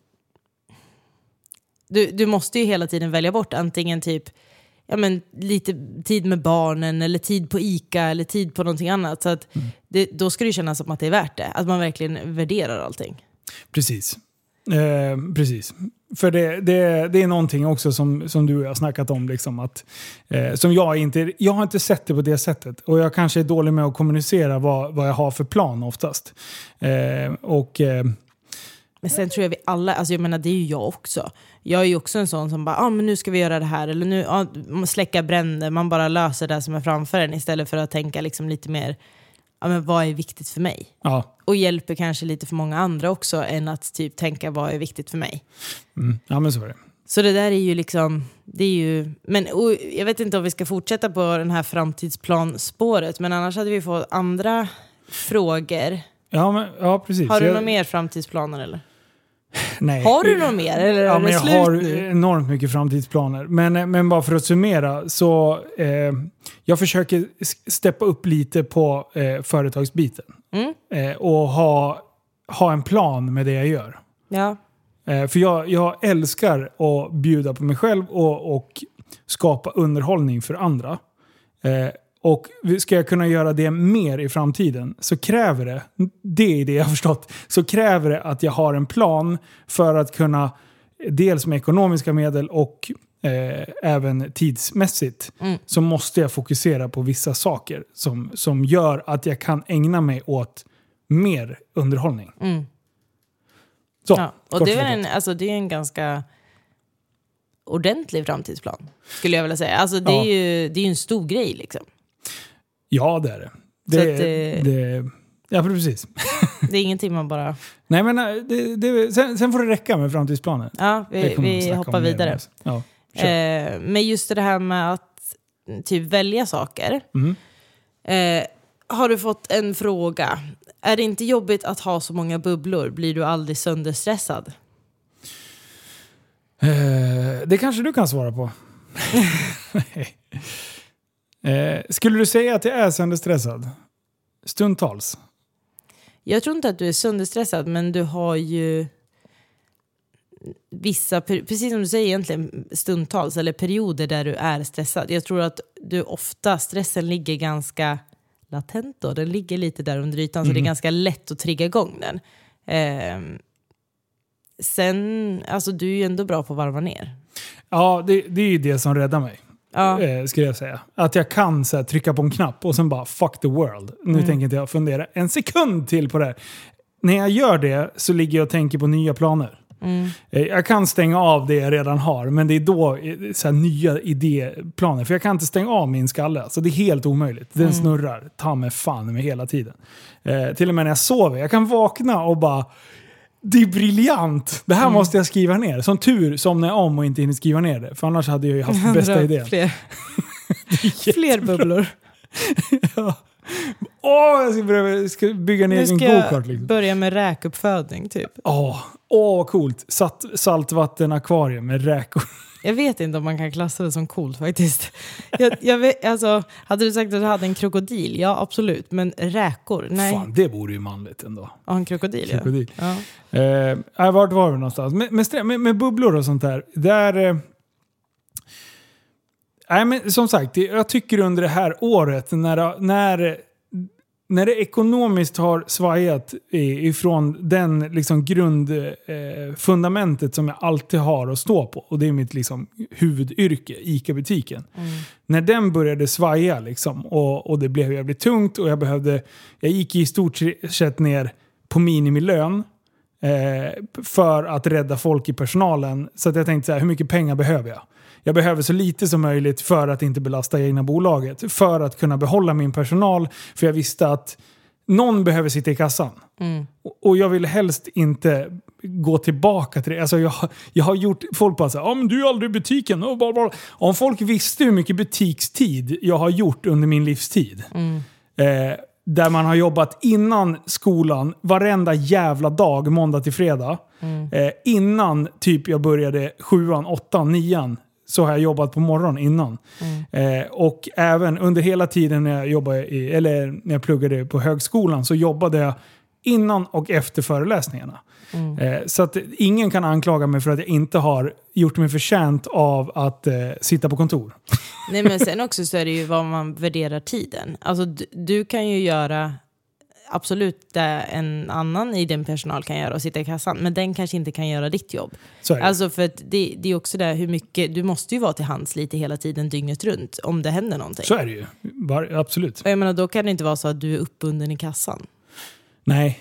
du måste ju hela tiden välja bort antingen typ lite tid med barnen eller tid på ICA eller tid på någonting annat, så att då ska det kännas som att det är värt det, att man verkligen värderar allting. Precis. Precis. För det är någonting också som du och jag har snackat om liksom, att som jag har inte sett det på det sättet, och jag kanske är dålig med att kommunicera vad jag har för plan oftast. Men sen tror jag vi alla, alltså jag menar det är ju jag också. Jag är ju också en sån som bara, men nu ska vi göra det här. Eller nu, släcka bränder. Man bara löser det som är framför en istället för att tänka liksom lite mer, men vad är viktigt för mig? Ja. Och hjälper kanske lite för många andra också än att typ tänka vad är viktigt för mig. Ja, men så är det. Så det där är ju liksom, det är ju, men jag vet inte om vi ska fortsätta på den här framtidsplanspåret, men annars hade vi fått andra frågor. Ja, precis. Har du några mer framtidsplaner eller? Nej. Har du något mer? Eller är det jag slut har nu? Enormt mycket framtidsplaner. Men bara för att summera så jag försöker steppa upp lite på företagsbiten. Och ha en plan med det jag gör. Ja. För jag älskar att bjuda på mig själv och skapa underhållning för andra. Och ska jag kunna göra det mer i framtiden så kräver det är det jag har förstått, så kräver det att jag har en plan för att kunna, dels med ekonomiska medel och även tidsmässigt, så måste jag fokusera på vissa saker som gör att jag kan ägna mig åt mer underhållning. Så, ja, och det är en ganska ordentlig framtidsplan, skulle jag vilja säga. Alltså det är ju en stor grej liksom. Ja, det är det. Ja, precis. Det är ingenting man bara... Nej, men sen får det räcka med framtidsplanen. Ja, vi hoppar vidare. Ja, men just det här med att typ välja saker. Har du fått en fråga? Är det inte jobbigt att ha så många bubblor? Blir du aldrig sönderstressad? Det kanske du kan svara på. Skulle du säga att jag är sönderstressad? Stundtals. Jag tror inte att du är sönderstressad, men du har ju vissa, precis som du säger egentligen, stundtals eller perioder där du är stressad. Jag tror att stressen ligger ganska latent då. Den ligger lite där under ytan, så det är ganska lätt att trigga igång den. Sen, alltså du är ju ändå bra på att varva ner. Ja, det är ju det som räddar mig. Ja. Skulle jag säga. Att jag kan så här, trycka på en knapp och sen bara fuck the world. Nu tänker inte jag fundera en sekund till på det här. när jag gör det så ligger jag och tänker på nya planer. Jag kan stänga av det jag redan har, men det är då så här, nya idéplaner. För jag kan inte stänga av min skalle. Så det är helt omöjligt. Den snurrar, ta mig fan med hela tiden. Till och med när jag sover. Jag kan vakna och bara, det är briljant. Det här måste jag skriva ner. Som tur somnar jag om och inte hinner skriva ner det. För annars hade jag ju haft bästa idén. Fler bubblor. Ja. Jag ska bygga ner en go-kart. Liksom. Börja med räkuppfödning typ. Vad coolt. Saltvatten-akvarium med räkor. Jag vet inte om man kan klassa det som coolt faktiskt. Jag vet, alltså, hade du sagt att du hade en krokodil? Ja, absolut. Men räkor? Nej. Fan, det vore ju manligt ändå. Ja, en krokodil. Ja. Vart var vi någonstans? Med bubblor och sånt där. Nej, men som sagt, jag tycker under det här året när det ekonomiskt har svajat ifrån den liksom grundfundamentet som jag alltid har att stå på, och det är mitt liksom huvudyrke, ICA-butiken. När den började svaja liksom, och det blev jävligt tungt och jag gick i stort sett ner på minimilön för att rädda folk i personalen. Så att jag tänkte så här, hur mycket pengar behöver jag? Jag behöver så lite som möjligt för att inte belasta egna bolaget. För att kunna behålla min personal. För jag visste att någon behöver sitta i kassan. Och jag vill helst inte gå tillbaka till det. Alltså jag har gjort, folk bara så här, men du är aldrig i butiken. Om folk visste hur mycket butikstid jag har gjort under min livstid. Där man har jobbat innan skolan varenda jävla dag, måndag till fredag. Innan typ jag började 7:an, 8:an, 9:an. Så har jag jobbat på morgonen innan. Och även under hela tiden när när jag pluggade på högskolan så jobbade jag innan och efter föreläsningarna. Så att ingen kan anklaga mig för att jag inte har gjort mig förtjänt av att sitta på kontor. Nej, men sen också så är det ju vad man värderar tiden. Alltså du kan ju göra absolut det en annan i din personal kan göra och sitta i kassan, men den kanske inte kan göra ditt jobb. Alltså för att det är också där hur mycket, du måste ju vara till hands lite hela tiden dygnet runt om det händer någonting. Så är det ju, absolut. Och jag menar, då kan det inte vara så att du är uppbunden i kassan. Nej.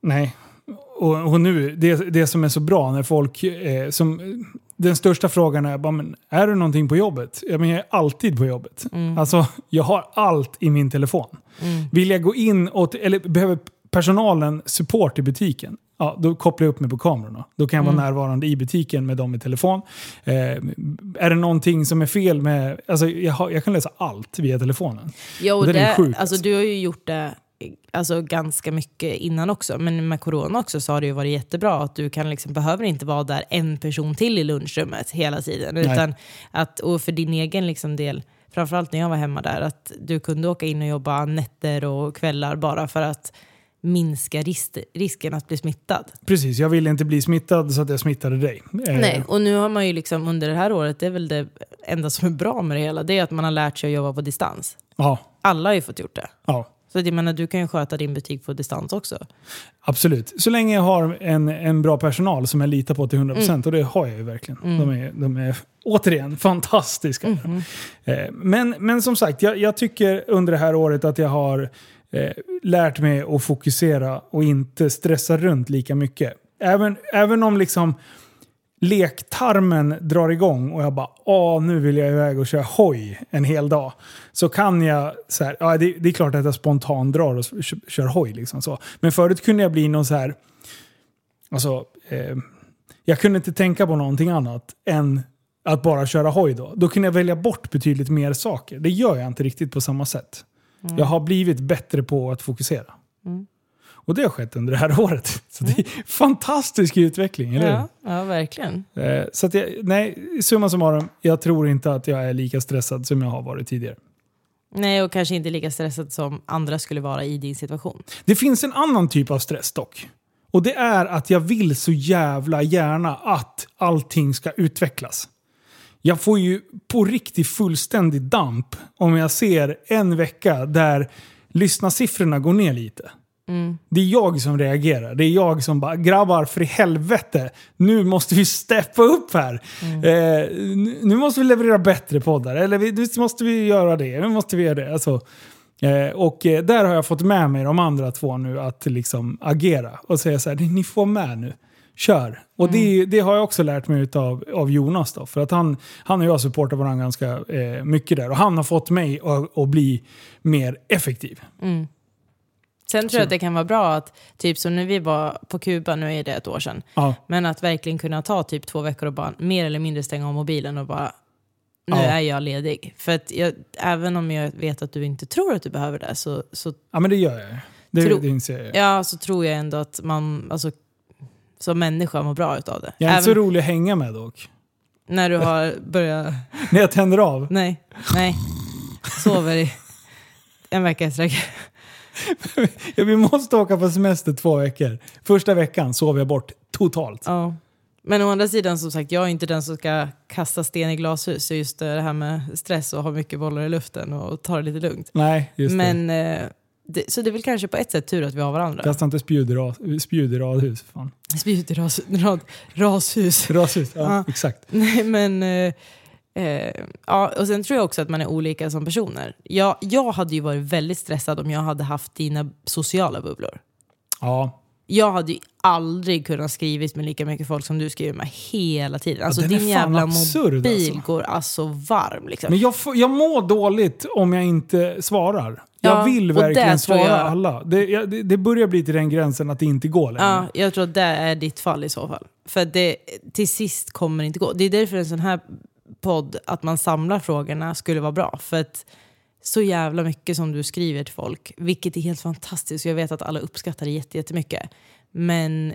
Och nu, det som är så bra när folk den största frågan är bara, men är du någonting på jobbet? Jag är alltid på jobbet. Alltså, jag har allt i min telefon. Vill jag gå in eller behöver personalen support i butiken? Ja, då kopplar jag upp mig på kamerorna. Då kan jag vara närvarande i butiken med dem i telefon. Är det någonting som är fel med... Alltså, jag kan läsa allt via telefonen. Jo, och det är sjukt. Alltså, du har ju gjort det ganska mycket innan också. Men med corona också så har det ju varit jättebra att du kan behöver inte vara där en person till i lunchrummet hela tiden. Utan och för din egen del, framförallt när jag var hemma där, att du kunde åka in och jobba nätter och kvällar bara för att minska risken att bli smittad. Precis, jag ville inte bli smittad så att jag smittade dig. Nej, och nu har man ju under det här året, det är väl det enda som är bra med det hela, det är att man har lärt sig att jobba på distans. Ja. Alla har ju fått gjort det. Ja. Så jag menar, du kan ju sköta din butik på distans också. Absolut. Så länge jag har en bra personal som jag litar på till 100%. Och det har jag ju verkligen. De är återigen fantastiska. Men som sagt, jag tycker under det här året att jag har lärt mig att fokusera och inte stressa runt lika mycket. Även om lektarmen drar igång och jag bara, nu vill jag iväg och köra hoj en hel dag. Så kan jag så här, det är klart att jag spontant drar och kör hoj så. Men förut kunde jag bli någon så här, alltså jag kunde inte tänka på någonting annat än att bara köra hoj då. Då kunde jag välja bort betydligt mer saker. Det gör jag inte riktigt på samma sätt. Jag har blivit bättre på att fokusera. Och det har skett under det här året. Så det är fantastisk utveckling, eller hur? Ja, verkligen. Så att summa summarum, jag tror inte att jag är lika stressad som jag har varit tidigare. Nej, och kanske inte lika stressad som andra skulle vara i din situation. Det finns en annan typ av stress dock. Och det är att jag vill så jävla gärna att allting ska utvecklas. Jag får ju på riktigt fullständig damp om jag ser en vecka där lyssnarsiffrorna går ner lite. Det är jag som reagerar. Det är jag som bara, grabbar, för i helvete, nu måste vi steppa upp här. Nu måste vi leverera bättre poddar. Eller nu måste vi göra det. Nu måste vi göra det. Alltså, Och där har jag fått med mig de andra 2 nu att liksom agera och säga så här, ni får med nu. Kör. Och det har jag också lärt mig av Jonas då. För att han och jag supportar varandra ganska mycket där. Och han har fått mig att bli mer effektiv. Mm. Sen tror jag att det kan vara bra att, typ som när vi var på Kuba, nu är det 1 år sedan. Ja. Men att verkligen kunna ta typ 2 veckor och bara mer eller mindre stänga av mobilen och bara, nu är jag ledig. För att även om jag vet att du inte tror att du behöver det så ja, men det gör jag. Det inser jag. Ja, så tror jag ändå att man, alltså, som människa mår bra utav det. Jag är inte så rolig att hänga med dock. När du har börjat... När jag tänder av? Nej. Sover i en vecka efter. Ja, vi måste åka på semester 2 veckor. Första veckan sover jag bort totalt. Ja. Men å andra sidan, som sagt, jag är inte den som ska kasta sten i glashus. Så just det här med stress och ha mycket bollar i luften och ta det lite lugnt. Nej, just men, det. Så det är väl kanske på ett sätt tur att vi har varandra. Kasta inte spjud i radhus. Fan. Spjud i rashus. Rashus, ja. Exakt. Nej, men... ja, och sen tror jag också att man är olika som personer. Jag hade ju varit väldigt stressad om jag hade haft dina sociala bubblor. Ja. Jag hade ju aldrig kunnat skrivit med lika mycket folk som du skriver med hela tiden. Alltså din jävla mobil går alltså varm. Liksom. Men jag mår dåligt om jag inte svarar. Jag vill verkligen svara alla. Det börjar bli till den gränsen att det inte går längre. Ja, jag tror att det är ditt fall i så fall. För det till sist kommer det inte gå. Det är därför en sån här podd, att man samlar frågorna, skulle vara bra. För att så jävla mycket som du skriver till folk, vilket är helt fantastiskt. Jag vet att alla uppskattar det jättemycket. Men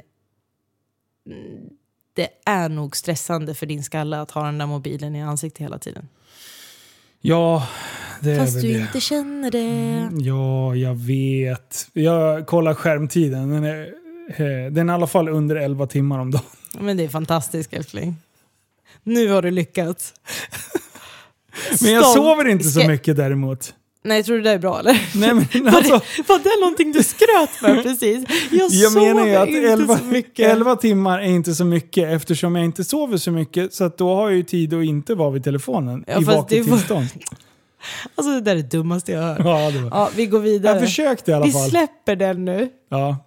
det är nog stressande för din skalle att ha den där mobilen i ansiktet hela tiden. Ja, det är fast väl du det. Inte känner det. Ja, jag vet. Jag kollar skärmtiden. Den är i alla fall under 11 timmar om dagen. Men det är fantastiskt, älskling. Nu har du lyckats. Men jag sover inte så mycket däremot. Nej, tror du det är bra eller? Nej, men alltså... var det någonting du skröt med precis? Jag menar ju att 11 timmar är inte så mycket eftersom jag inte sover så mycket. Så att då har jag ju tid att inte vara vid telefonen i vaket tillstånd. Alltså det där är det dummaste jag hör. Ja, det var. Ja, vi går vidare. Jag försökte i alla fall. Vi släpper den nu. Ja.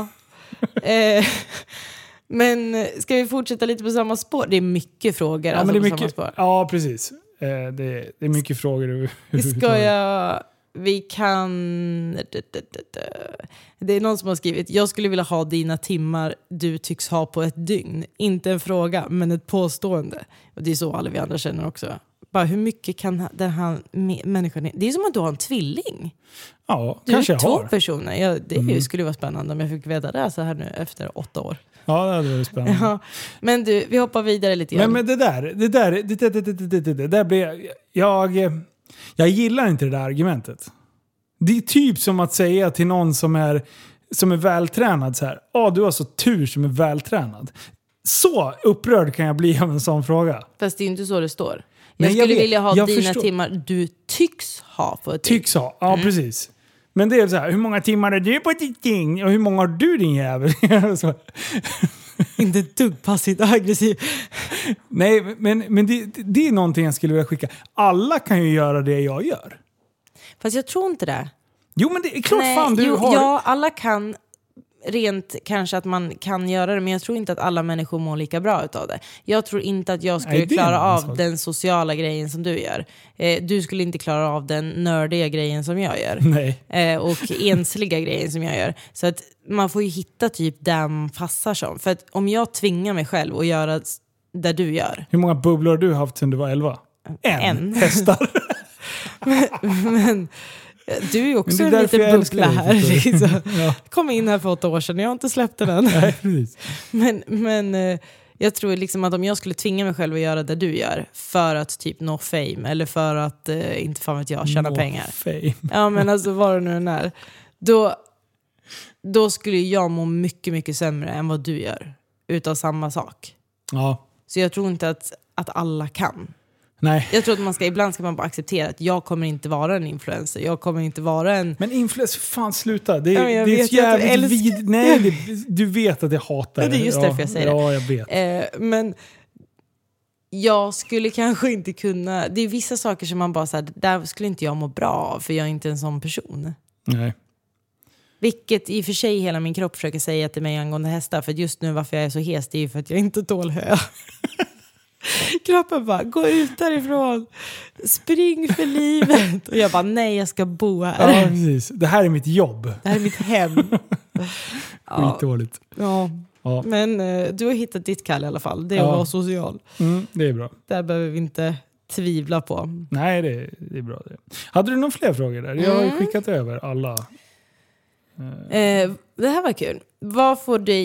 Men ska vi fortsätta lite på samma spår? Det är mycket frågor. Ja, alltså men det är på mycket, samma spår. ja, precis. Det är mycket frågor. Vi kan... Det är någon som har skrivit: jag skulle vilja ha dina timmar du tycks ha på ett dygn. Inte en fråga, men ett påstående. Och det är så alla vi andra känner också. Bara hur mycket kan den här människan... Det är som att du har en tvilling. Ja, kanske jag har. 2 personer. Det skulle vara spännande om jag fick veta det så här nu efter 8 år. Ja, det hade varit spännande. Ja. Men du, vi hoppar vidare lite grann. Men det där blir... Jag gillar inte det där argumentet. Det är typ som att säga till någon som är vältränad så här: du har så tur som är vältränad. Så upprörd kan jag bli av en sån fråga. Fast det är inte så det står. Jag skulle vilja ha dina timmar du tycks ha på ett tycks ha, ja precis. Men det är så här: hur många timmar är du på ditt ting? Och hur många har du din jävel? Inte ett dugg passivt och aggressiv. Nej, men det är någonting jag skulle vilja skicka. Alla kan ju göra det jag gör. Fast jag tror inte det. Jo, men det är klart. Nej, fan du har... Ja, alla kan... Rent kanske att man kan göra det, men jag tror inte att alla människor mår lika bra utav det. Jag tror inte att jag skulle klara av den sociala grejen som du gör. Du skulle inte klara av den nördiga grejen som jag gör. Nej. Och ensliga grejen som jag gör. Så att man får ju hitta typ där man passar som. För att om jag tvingar mig själv att göra det du gör. Hur många bubblor har du haft sedan du var 11? En. Hästar. men du är ju också en liten bubbla här. Liksom. Ja. Kom in här för 8 år sedan. Jag har inte släppt den. Nej, precis. Men jag tror liksom att om jag skulle tvinga mig själv att göra det du gör för att typ nå fame eller för att inte fan vet jag tjäna pengar. Fame. Ja, men alltså vad det nu är. Då skulle jag må mycket, mycket sämre än vad du gör. Utav samma sak. Ja. Så jag tror inte att alla kan. Nej. Jag tror att ibland ska man bara acceptera att jag kommer inte vara en influencer. Jag kommer inte vara en... Men influencer, fan sluta. Det är så jävligt Nej, du vet att jag hatar det. Det är just därför jag säger det. Ja, jag vet. Men jag skulle kanske inte kunna... Det är vissa saker som man bara så här, där skulle inte jag må bra av, för jag är inte en sån person. Nej. Vilket i och för sig hela min kropp försöker säga till mig angående hästar. För just nu varför jag är så hes, det är ju för att jag inte tål hö. Kroppen bara, gå ut därifrån. Spring för livet. Och jag bara, nej jag ska bo här. Ja, precis. Det här är mitt jobb. Det här är mitt hem. Skitdåligt. Ja. Ja. Men du har hittat ditt kall i alla fall. Det är att vara social. Det är bra. Där behöver vi inte tvivla på. Nej, det är bra. Hade du några fler frågor där? Jag har ju skickat över alla. Det här var kul. Vad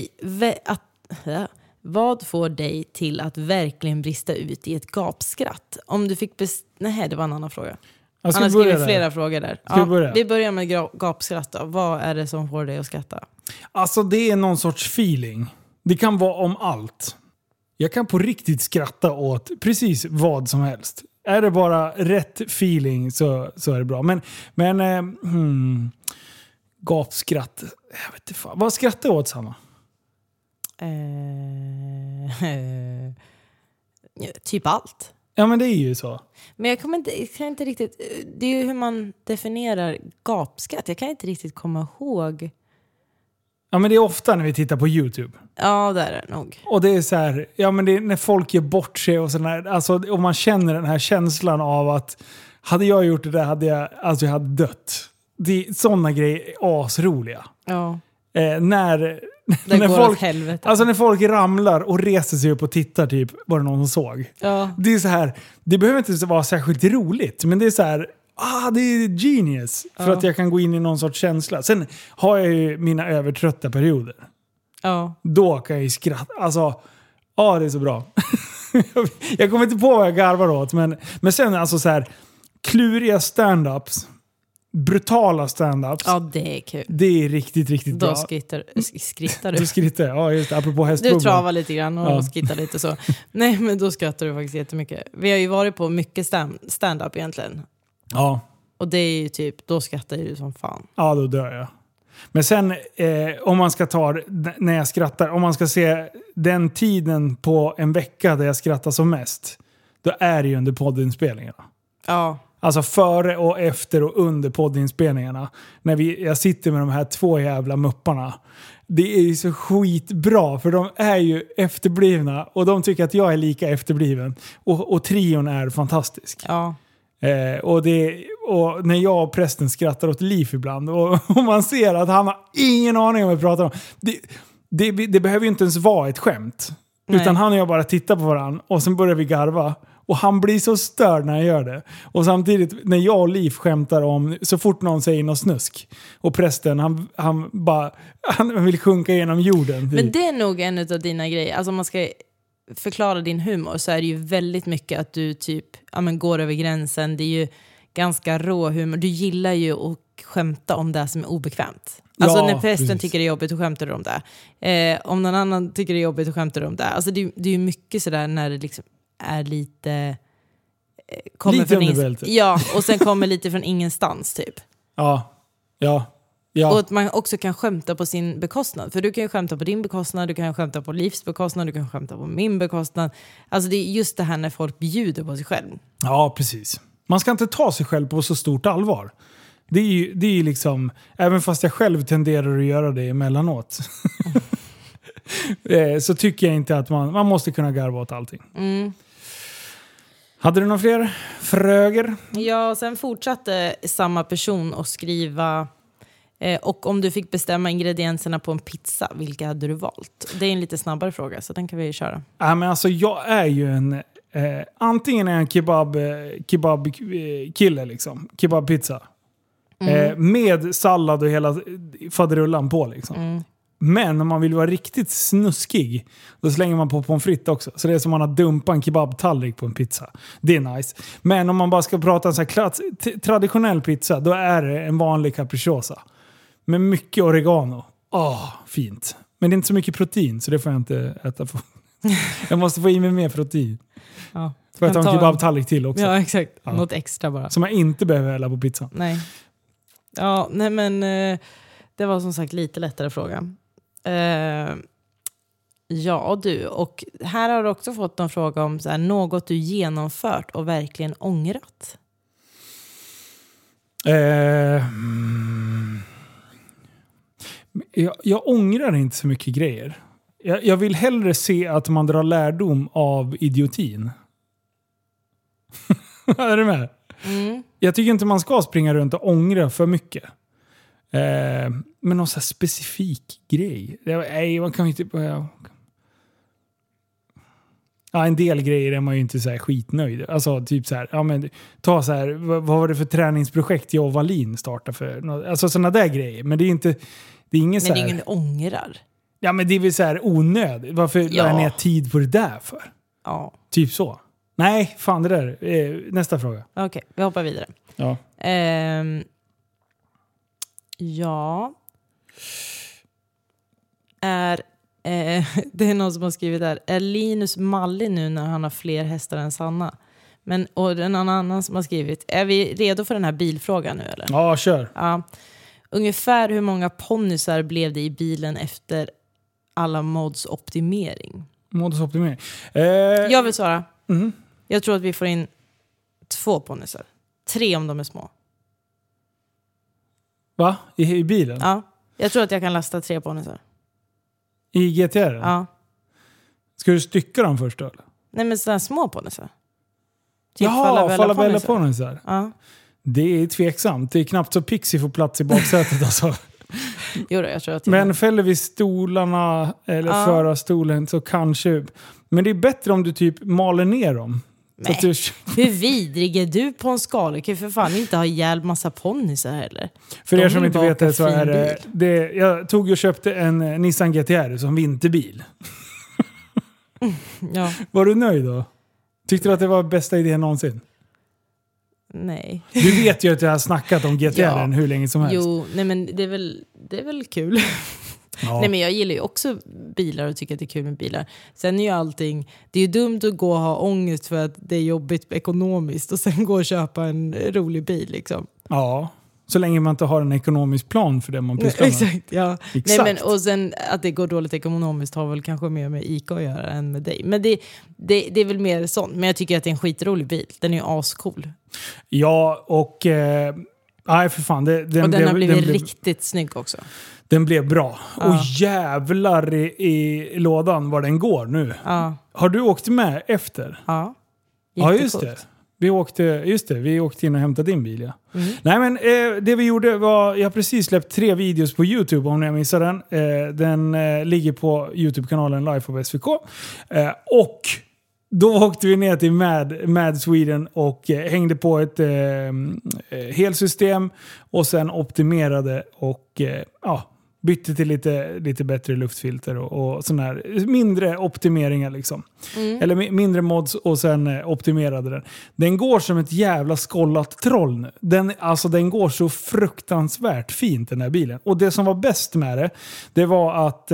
får dig till att verkligen brista ut i ett gapskratt? Om du fick nej, det var en annan fråga. Han har skrivit flera frågor där. Vi börjar med gapskratt då. Vad är det som får dig att skratta? Alltså det är någon sorts feeling. Det kan vara om allt. Jag kan på riktigt skratta åt precis vad som helst. Är det bara rätt feeling så är det bra. Men gapskratt. Jag vet inte fan. Vad skrattar jag åt, Sanna? Typ allt. Ja, men det är ju så. Men jag kan inte riktigt... Det är ju hur man definierar gapskratt. Jag kan inte riktigt komma ihåg. Ja, men det är ofta när vi tittar på YouTube. Ja, det är det nog. Och det är så här, ja men det är när folk ger bort sig och sådär. Alltså, och man känner den här känslan av att hade jag gjort det där hade jag hade dött. Sådana grejer är asroliga. Ja. När går folk, åt helvete. alltså när folk ramlar och reser sig upp och tittar typ, var det någon som såg? Ja. Det är så här, det behöver inte vara särskilt roligt, men det är så här, det är genius. För att jag kan gå in i någon sorts känsla. Sen har jag ju mina övertrötta perioder. Ja. Då kan jag ju skratta. Alltså, det är så bra. Jag kommer inte på vad jag garvar åt, men sen alltså så här, kluriga stand-ups, brutala stand-ups. Ja, det är kul. Det är riktigt, riktigt bra. Då skrittar du. Du skrittar, ja just det, apropå hästbubblan. Du travar lite grann och skrittar lite så. Nej, men då skrattar du faktiskt jättemycket. Vi har ju varit på mycket stand-up egentligen. Ja. Och det är ju typ, då skrattar du som fan. Ja, då dör jag. Men sen om man ska ta när jag skrattar, om man ska se den tiden på en vecka där jag skrattar som mest, då är det ju under poddinspelningarna. Ja. Alltså före och efter och under poddinspelningarna. När jag sitter med de här 2 jävla mupparna. Det är ju så skitbra, för de är ju efterblivna och de tycker att jag är lika efterbliven. Och trion är fantastisk. Ja. Och när jag och prästen skrattar åt Liv ibland och man ser att han har ingen aning om vad vi pratar om. Det behöver ju inte ens vara ett skämt. Nej. Utan han och jag bara tittar på varandra och sen börjar vi garva. Och han blir så störd när jag gör det. Och samtidigt när jag och Liv skämtar om så fort någon säger något snusk. Och prästen han vill sjunka genom jorden. Men det är nog en av dina grejer. Alltså om man ska förklara din humor så är det ju väldigt mycket att du typ går över gränsen. Det är ju ganska rå humor. Du gillar ju att skämta om det som är obekvämt. Alltså när prästen tycker det är jobbigt så skämtar du om det. Om någon annan tycker det är jobbigt så skämtar du om det. Alltså det är ju mycket sådär när det liksom är lite... Kommer lite från ja, och sen kommer lite från ingenstans typ. Ja. Och att man också kan skämta på sin bekostnad. För du kan ju skämta på din bekostnad, du kan skämta på Livs bekostnad, du kan skämta på min bekostnad. Alltså det är just det här när folk bjuder på sig själv. Ja, precis. Man ska inte ta sig själv på så stort allvar. Det är ju liksom, även fast jag själv tenderar att göra det emellanåt. Så tycker jag inte att man måste kunna garva åt allting. Mm. Hade du några fler frågor? Ja, sen fortsatte samma person att skriva och om du fick bestämma ingredienserna på en pizza, vilka hade du valt? Det är en lite snabbare fråga, så den kan vi ju köra. Ja, men alltså jag är ju en antingen är jag en kebabkille liksom, kebabpizza. Med sallad och hela faderullan på liksom. Mm. Men om man vill vara riktigt snuskig, då slänger man på pommes frites också. Så det är som man har dumpat en kebabtallrik på en pizza. Det är nice. Men om man bara ska prata en sån här traditionell pizza, då är det en vanlig capricciosa. Med mycket oregano. Fint. Men det är inte så mycket protein, så det får jag inte äta på. Jag måste få i mig mer protein. Ja. Får jag ta en kebabtallrik till också? Ja, exakt. Ja. Något extra bara. Som jag inte behöver hälla på pizzan. Nej. Ja, nej men det var som sagt lite lättare fråga. Ja, du. Och här har du också fått en fråga om så här, något du genomfört och verkligen ångrat. Jag ångrar inte så mycket grejer. Jag vill hellre se att man drar lärdom av idiotin. Är du med? Mm. Jag tycker inte man ska springa runt och ångra för mycket. Men någon så här specifik grej. Nej, man kan ju inte... Ja, en del grejer är man ju inte så här skitnöjd. Alltså typ så här, ja men ta så här, vad var det för träningsprojekt jag och Wallin startade för? Alltså sådana där grejer. Men det är inte... Det är ingen så här... Men det är ingen ångrar. Ja, men det är väl så här onödigt. Varför lär ni tid på det där för? Ja. Typ så. Nej, fan det där. Nästa fråga. Okej, vi hoppar vidare. Ja. Ja. Det är någon som har skrivit där. Är Linus mallig nu när han har fler hästar än Sanna? Och det är någon annan som har skrivit. Är vi redo för den här bilfrågan nu eller? Ja, kör. Ja. Ungefär hur många ponnysar blev det i bilen efter alla mods optimering? Modus optimering. Jag vill svara. Mm. Jag tror att vi får in 2 ponnysar. 3 om de är små. Va? I bilen? Ja. Jag tror att jag kan lasta 3 ponnysar. I GTR? Ja. Ska du stycka dem först då? Eller? Nej, men sådana små ponnysar. Typ Jaha, Falabella ponnysar. Ja. Det är tveksamt. Det är knappt så Pixie får plats i baksätet alltså. Jo då, jag tror att Men fäller vi stolarna eller förarstolen så kanske... Men det är bättre om du typ maler ner dem. Så att du... Hur vidrig är du på en skala? Du kan ju för fan inte ha ihjäl massa ponnysar heller. För er som inte vet det så är det... Jag tog och köpte en Nissan GTR som vinterbil. Ja. Var du nöjd då? Tyckte du att det var bästa idén någonsin? Nej. Du vet ju att jag har snackat om GTR hur länge som helst. Jo, nej men det är väl kul. Ja. Nej men jag gillar ju också bilar och tycker att det är kul med bilar. Sen är ju allting, det är ju dumt att gå och ha ångest för att det är jobbigt ekonomiskt och sen gå och köpa en rolig bil liksom. Ja, så länge man inte har en ekonomisk plan för det man pysslar med. Exakt, ja. Exakt. Nej, men, och sen att det går dåligt ekonomiskt har väl kanske mer med ICA att göra än med dig. Men det är väl mer sånt. Men jag tycker att det är en skitrolig bil. Den är ju ascool. Ja, och... nej, för fan. Den har blivit riktigt snygg också. Den blev bra. Och jävlar i lådan var den går nu. Ja. Har du åkt med efter? Ja. Ja, just det. Vi åkte in och hämtade din bil, ja. Mm. Nej, men det vi gjorde var... Jag har precis släppt 3 videos på YouTube om ni missar den. Den ligger på YouTube-kanalen Life of SVK. Och då åkte vi ner till Mad Sweden och hängde på ett helsystem och sen optimerade och bytte till lite bättre luftfilter och sån här mindre optimeringar liksom. Eller mindre mods och sen optimerade den. Den går som ett jävla skollat troll nu. Den går så fruktansvärt fint den här bilen. Och det som var bäst med det var att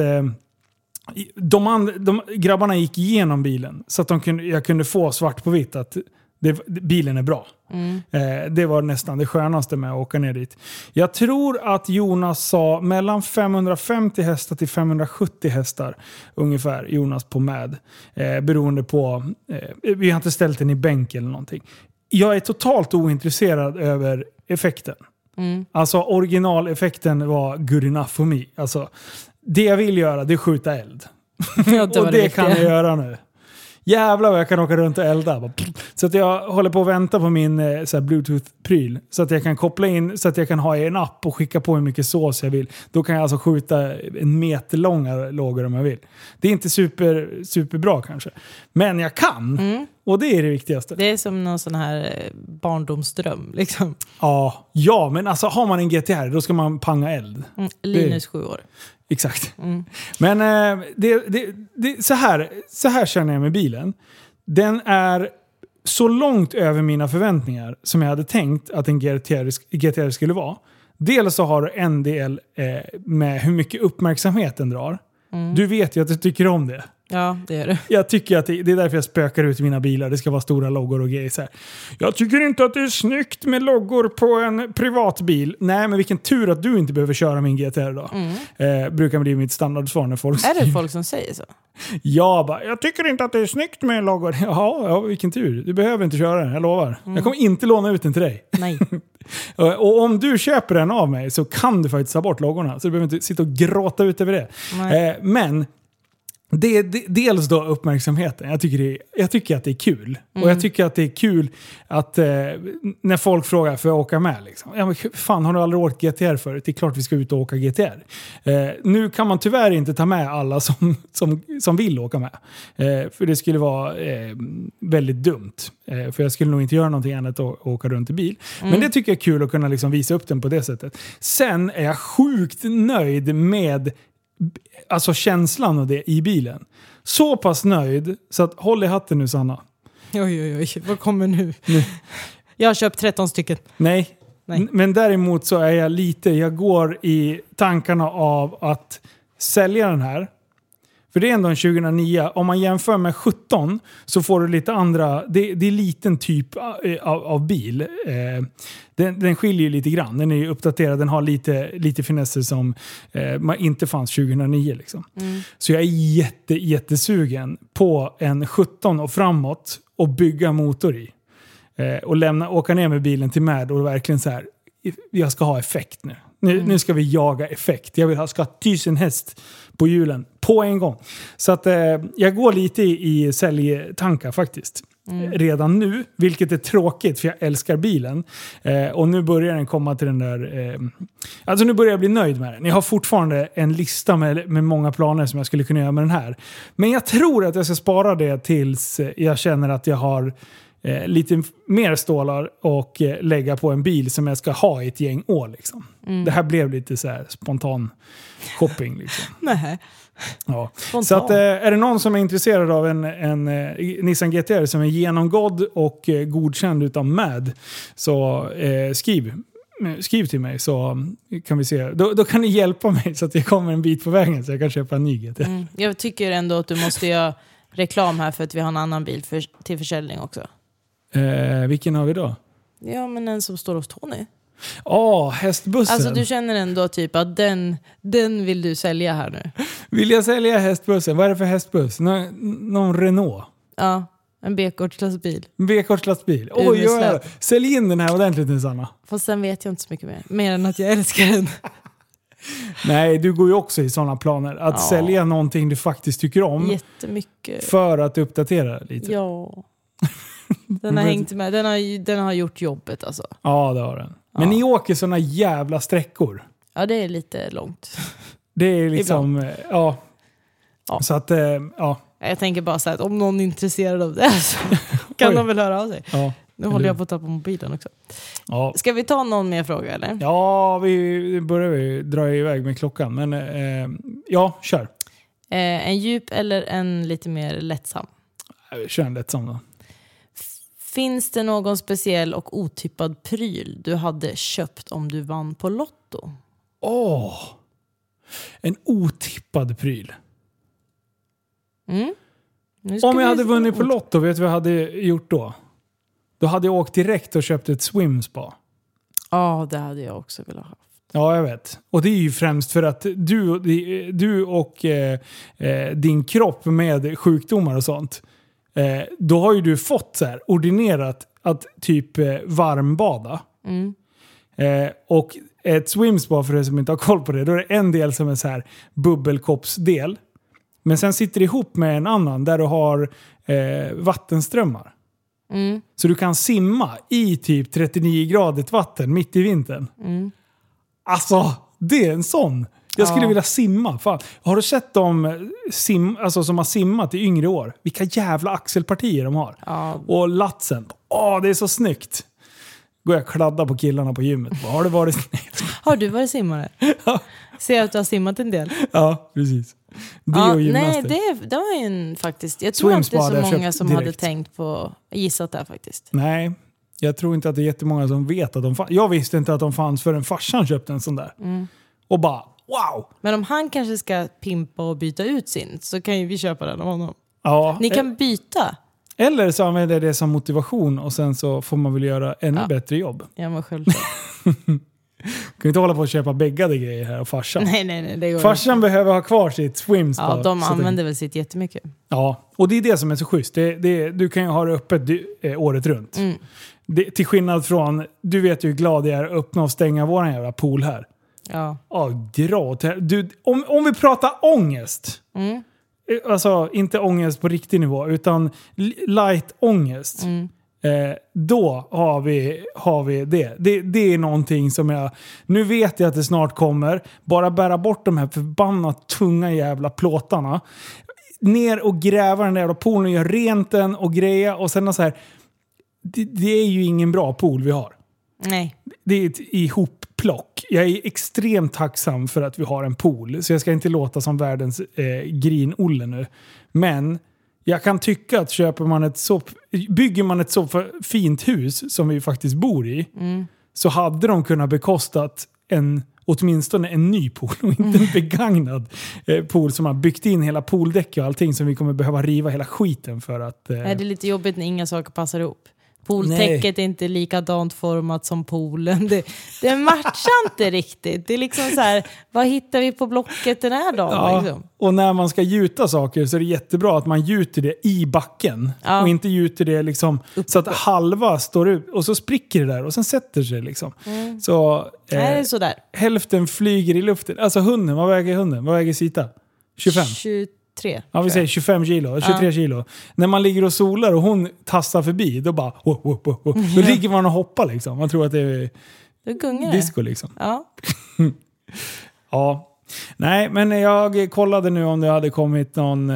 de grabbarna gick igenom bilen så att jag kunde få svart på vitt att bilen är bra. Det var nästan det skönaste med att åka ner dit. Jag tror att Jonas sa mellan 550 hästar till 570 hästar ungefär, Jonas på Mad. Beroende på, vi har inte ställt den i bänk eller någonting. Jag är totalt ointresserad över effekten. Alltså originaleffekten var good enough for me. Alltså, det jag vill göra, det är skjuta eld. Och det kan jag göra nu. Jävlar vad jag kan åka runt och elda. Så att jag håller på att vänta på min så här Bluetooth-pryl. Så att jag kan koppla in, så att jag kan ha en app och skicka på hur mycket sås jag vill. Då kan jag alltså skjuta 1 meter långa lågor om jag vill. Det är inte superbra kanske. Men jag kan. Och det är det viktigaste. Det är som någon sån här barndomsdröm liksom. Ja, men alltså har man en GTR då ska man panga eld. Linus 7 år. Exakt. Men så här känner jag med bilen. Den är så långt över mina förväntningar som jag hade tänkt att en GTR skulle vara. Dels så har du en del med hur mycket uppmärksamhet den drar. Du vet ju att du tycker om det. Ja, det är det. Jag tycker att det är därför jag spökar ut mina bilar. Det ska vara stora loggor och grejer så här. Jag tycker inte att det är snyggt med loggor på en privatbil. Nej, men vilken tur att du inte behöver köra min GTR då. Brukar bli mitt standardsvar när folk Är det folk som säger så? Jag tycker inte att det är snyggt med loggor. Ja, vilken tur. Du behöver inte köra den, jag lovar. Jag kommer inte låna ut den till dig. Nej. Och om du köper den av mig så kan du faktiskt ta bort loggorna. Så du behöver inte sitta och gråta ut över det. Men det är dels då uppmärksamheten. Jag tycker att det är kul. Och jag tycker att det är kul att när folk frågar får jag åka med liksom. Ja, men fan, har du aldrig åkt GTR förut? Det är klart vi ska ut och åka GTR. Nu kan man tyvärr inte ta med alla som vill åka med. För det skulle vara väldigt dumt. För jag skulle nog inte göra någonting annat än att åka runt i bil. Men det tycker jag är kul att kunna liksom visa upp den på det sättet. Sen är jag sjukt nöjd med alltså känslan av det i bilen. Så pass nöjd så att håll i hatten nu, Sanna. Oj, vad kommer nu? Jag har köpt 13 stycken. Nej. Men däremot så är jag går i tankarna av att sälja den här. För det är ändå en 2009. Om man jämför med 17 så får du lite andra... Det är liten typ av bil. Den skiljer ju lite grann. Den är ju uppdaterad. Den har lite finesser som inte fanns 2009. Liksom. Så jag är jättesugen på en 17 och framåt och bygga motor i. Och åka ner med bilen till Mad och verkligen så här... Jag ska ha effekt nu. Nu ska vi jaga effekt. Jag ska ha 1000 häst på hjulen på en gång. Så att jag går lite i säljtankar faktiskt. Redan nu, vilket är tråkigt för jag älskar bilen. Och nu börjar den komma till den där... alltså nu börjar jag bli nöjd med den. Jag har fortfarande en lista med många planer som jag skulle kunna göra med den här. Men jag tror att jag ska spara det tills jag känner att jag har... lite mer stålar och lägga på en bil som jag ska ha i ett gäng år. Liksom. Det här blev lite så här spontan shopping. Liksom. Nej. Ja. Så att, är det någon som är intresserad av en Nissan GTR som är genomgådd och godkänd utav Mad, så skriv till mig så kan vi se. Då kan ni hjälpa mig så att jag kommer en bit på vägen så jag kan köpa en ny GTR. Jag tycker ändå att du måste göra reklam här för att vi har en annan bil till försäljning också. Vilken har vi då? Ja, men en som står hos Tony. Hästbussen. Alltså du känner ändå typ att den vill du sälja här nu. Vill jag sälja hästbussen? Vad är det för hästbuss? Någon Renault? Ja, en B-kortslastbil. En B-kortslastbil? Oj, sälj in den här ordentligt nu, Sanna. Fast sen vet jag inte så mycket mer. Mer än att jag älskar den. Nej, du går ju också i sådana planer. Att sälja någonting du faktiskt tycker om. Jättemycket. För att uppdatera lite. Ja. Den har hängt med. Den har gjort jobbet alltså. Ja, det har den. Men ni åker såna jävla sträckor. Ja, det är lite långt. Det är liksom... Ja. Så att, ja. Jag tänker bara så här att om någon är intresserad av det så kan de väl höra av sig. Ja. Nu håller jag på att tappa mobilen också. Ja. Ska vi ta någon mer fråga eller? Ja, vi börjar dra iväg med klockan. Men ja, kör. En djup eller en lite mer lättsam? Kör en lättsam då. Finns det någon speciell och otippad pryl du hade köpt om du vann på Lotto? En otippad pryl. Om jag hade vunnit på Lotto, vet du vad jag hade gjort då? Då hade jag åkt direkt och köpt ett swimspa. Ja, det hade jag också velat ha. Ja, jag vet. Och det är ju främst för att du och din kropp med sjukdomar och sånt, då har ju du fått så här ordinerat att typ varmbada. Och ett swimspa, för er som inte har koll på det, då är det en del som är så här bubbelkoppsdel. Men sen sitter det ihop med en annan där du har vattenströmmar. Så du kan simma i typ 39-gradigt vatten mitt i vintern. Alltså, det är en sån. Jag skulle vilja simma. Fan. Har du sett dem som har simmat i yngre år? Vilka jävla axelpartier de har. Och latsen. Det är så snyggt. Går jag kladda på killarna på gymmet. Har du varit Har du varit simmare? Ser jag att du har simmat en del? Ja, precis. Nej, det var ju faktiskt... Jag tror inte det är så många som hade tänkt på... Gissat där faktiskt. Nej, jag tror inte att det är jättemånga som vet att de fanns. Jag visste inte att de fanns förrän farsan köpte en sån där. Och bara, wow! Men om han kanske ska pimpa och byta ut sin, så kan ju vi köpa den av honom. Ja. Ni kan byta. Eller så använder det som motivation och sen så får man väl göra ännu bättre jobb. Ja, men självklart. Kan inte hålla på att köpa beggade grejer här och farsan. Nej, det går Farsan behöver ha kvar sitt swimspa. Ja, de använder väl sitt jättemycket. Ja, och det är det som är så schysst. Du kan ju ha det öppet året runt. Till skillnad från, du vet ju hur glad jag är att öppna och stänga våran jävla pool här. Ja. Dra till, du, om vi pratar ångest. Alltså inte ångest på riktig nivå, utan light ångest. Då har vi det. Det är någonting som jag... Nu vet jag att det snart kommer. Bara bära bort de här förbannat tunga jävla plåtarna. Ner och gräva den där jävla poolen och göra rent den och greja. Och sen så här... Det är ju ingen bra pool vi har. Nej. Det är ett ihopplock. Jag är extremt tacksam för att vi har en pool. Så jag ska inte låta som världens grinolle nu. Men... Jag kan tycka att bygger man ett så fint hus som vi faktiskt bor i, så hade de kunnat bekostat åtminstone en ny pool och inte en begagnad pool som har byggt in hela pooldäck och allting som vi kommer behöva riva hela skiten för att... Nej, det är lite jobbigt när inga saker passar ihop. Pooltäcket är inte likadant format som poolen. Det matchar inte riktigt. Det är liksom så här, vad hittar vi på Blocket den här dagen? Ja, liksom? och när man ska gjuta saker så är det jättebra att man gjuter det i backen. Ja. Och inte gjuter det liksom så att halva står ut och så spricker det där och sen sätter sig liksom. Så det är sådär. Hälften flyger i luften. Alltså hunden, vad väger hunden? Vad väger Sita? 25? 23. Ja, vi säger 25 kilo, 23 kilo. När man ligger och solar och hon tassar förbi, då bara... Då ligger man och hoppar liksom. Man tror att det är disco liksom. Ja. Ja. Nej, men jag kollade nu om det hade kommit någon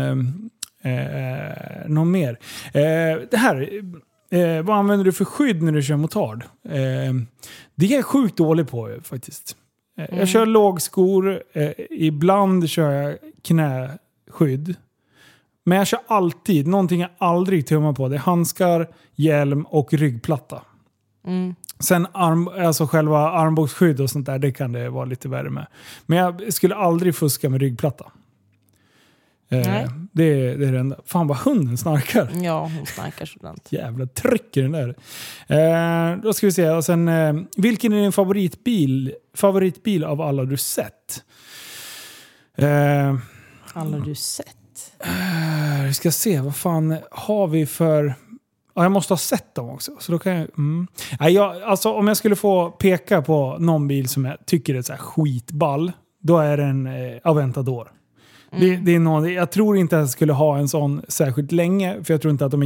mer. Det här... vad använder du för skydd när du kör motard? Det är jag sjukt dålig på faktiskt. Jag kör lågskor. Ibland kör jag knäskydd. Men jag kör alltid, någonting jag aldrig tummar på. Det är handskar, hjälm och ryggplatta. Sen alltså själva armbågsskydd och sånt där, det kan det vara lite värre med. Men jag skulle aldrig fuska med ryggplatta. Det är det enda. Fan vad hunden snarkar. Ja, hon snarkar sådant. Jävla tryck i den där. Då ska vi se. Och sen, vilken är din favoritbil av alla du sett? Alla du sett? Vi ska se. Vad fan har vi för... Ja, jag måste ha sett dem också. Så då kan jag... alltså, om jag skulle få peka på någon bil som jag tycker är så här skitball, då är det en Aventador. Det är någon, jag tror inte att jag skulle ha en sån särskilt länge, för jag tror inte att de är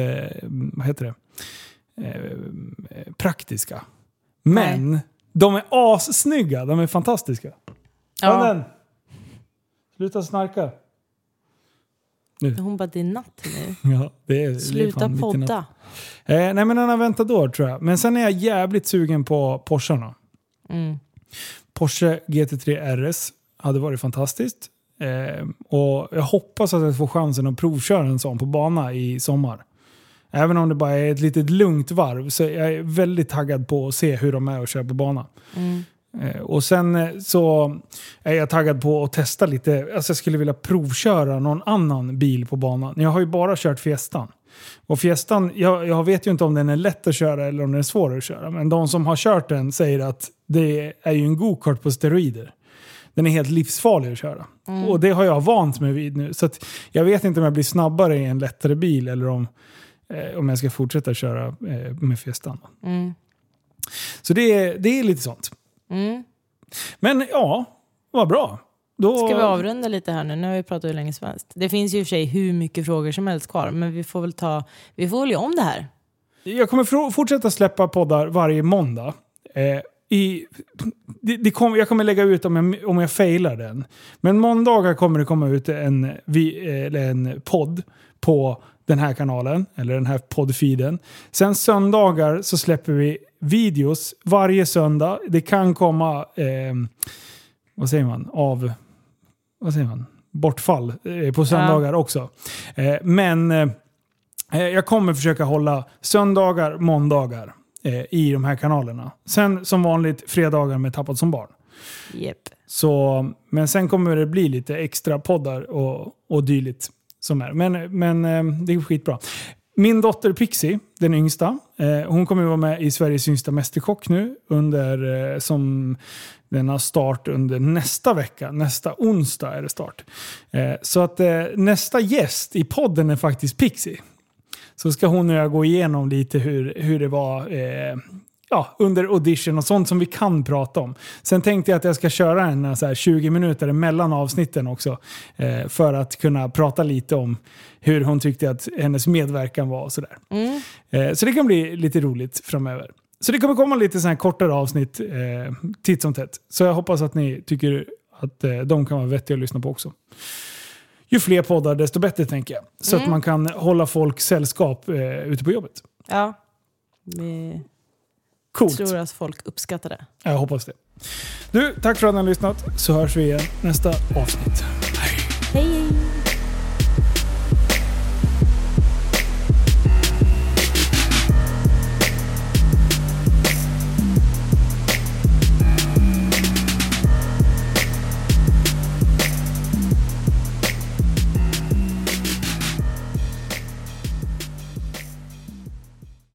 praktiska. Men de är assnygga, de är fantastiska. Ja. Den. Sluta snarka. Nu. Hon bara, det är natt nu. Ja, sluta podda. Nej, men en Aventador tror jag. Men sen är jag jävligt sugen på Porscharna. Porsche GT3 RS hade varit fantastiskt. Och jag hoppas att jag får chansen att provköra en sån på bana i sommar. Även om det bara är ett litet lugnt varv, så jag är väldigt taggad på att se hur de är och köra på bana. Och sen så är jag taggad på att testa lite. Alltså jag skulle vilja provköra någon annan bil på banan. Jag har ju bara kört Fiestan. Och Fiestan, jag vet ju inte om den är lätt att köra eller om den är svår att köra. Men de som har kört den säger att det är ju en go-kart på steroider. Den är helt livsfarlig att köra. Och det har jag vant mig vid nu. Så att jag vet inte om jag blir snabbare i en lättare bil eller om jag ska fortsätta köra med Fiestan. Så det är lite sånt. Men ja, vad bra. Då... Ska vi avrunda lite här nu? Nu har vi pratat hur länge som helst. Det finns ju i och för sig hur mycket frågor som helst kvar. Men vi får väl göra om det här. Jag kommer fortsätta släppa poddar varje måndag. Jag kommer lägga ut om jag failar den. Men måndagar kommer det komma ut en podd på den här kanalen. Eller den här poddfeeden. Sen söndagar så släpper vi videos varje söndag. Det kan komma bortfall på söndagar också. Men jag kommer försöka hålla söndagar, måndagar i de här kanalerna. Sen som vanligt fredagar med Tappat som barn. Yep. Så, men sen kommer det bli lite extra poddar och dylikt som är. Men det är skitbra. Min dotter Pixie, den yngsta, hon kommer att vara med i Sveriges yngsta mästerkock nu som den har start under nästa vecka. Nästa onsdag är det start. Så att nästa gäst i podden är faktiskt Pixie. Så ska hon och jag gå igenom lite hur det var under audition och sånt som vi kan prata om. Sen tänkte jag att jag ska köra en så här 20 minuter mellan avsnitten också. För att kunna prata lite om hur hon tyckte att hennes medverkan var och sådär. Så det kan bli lite roligt framöver. Så det kommer komma lite så här kortare avsnitt titt som tätt. Så jag hoppas att ni tycker att de kan vara vettiga att lyssna på också. Ju fler poddar desto bättre, tänker jag. Så att man kan hålla folk sällskap ute på jobbet. Ja. Coolt. Jag tror att folk uppskattar det. Jag hoppas det. Du, tack för att ni har lyssnat. Så hörs vi igen nästa avsnitt.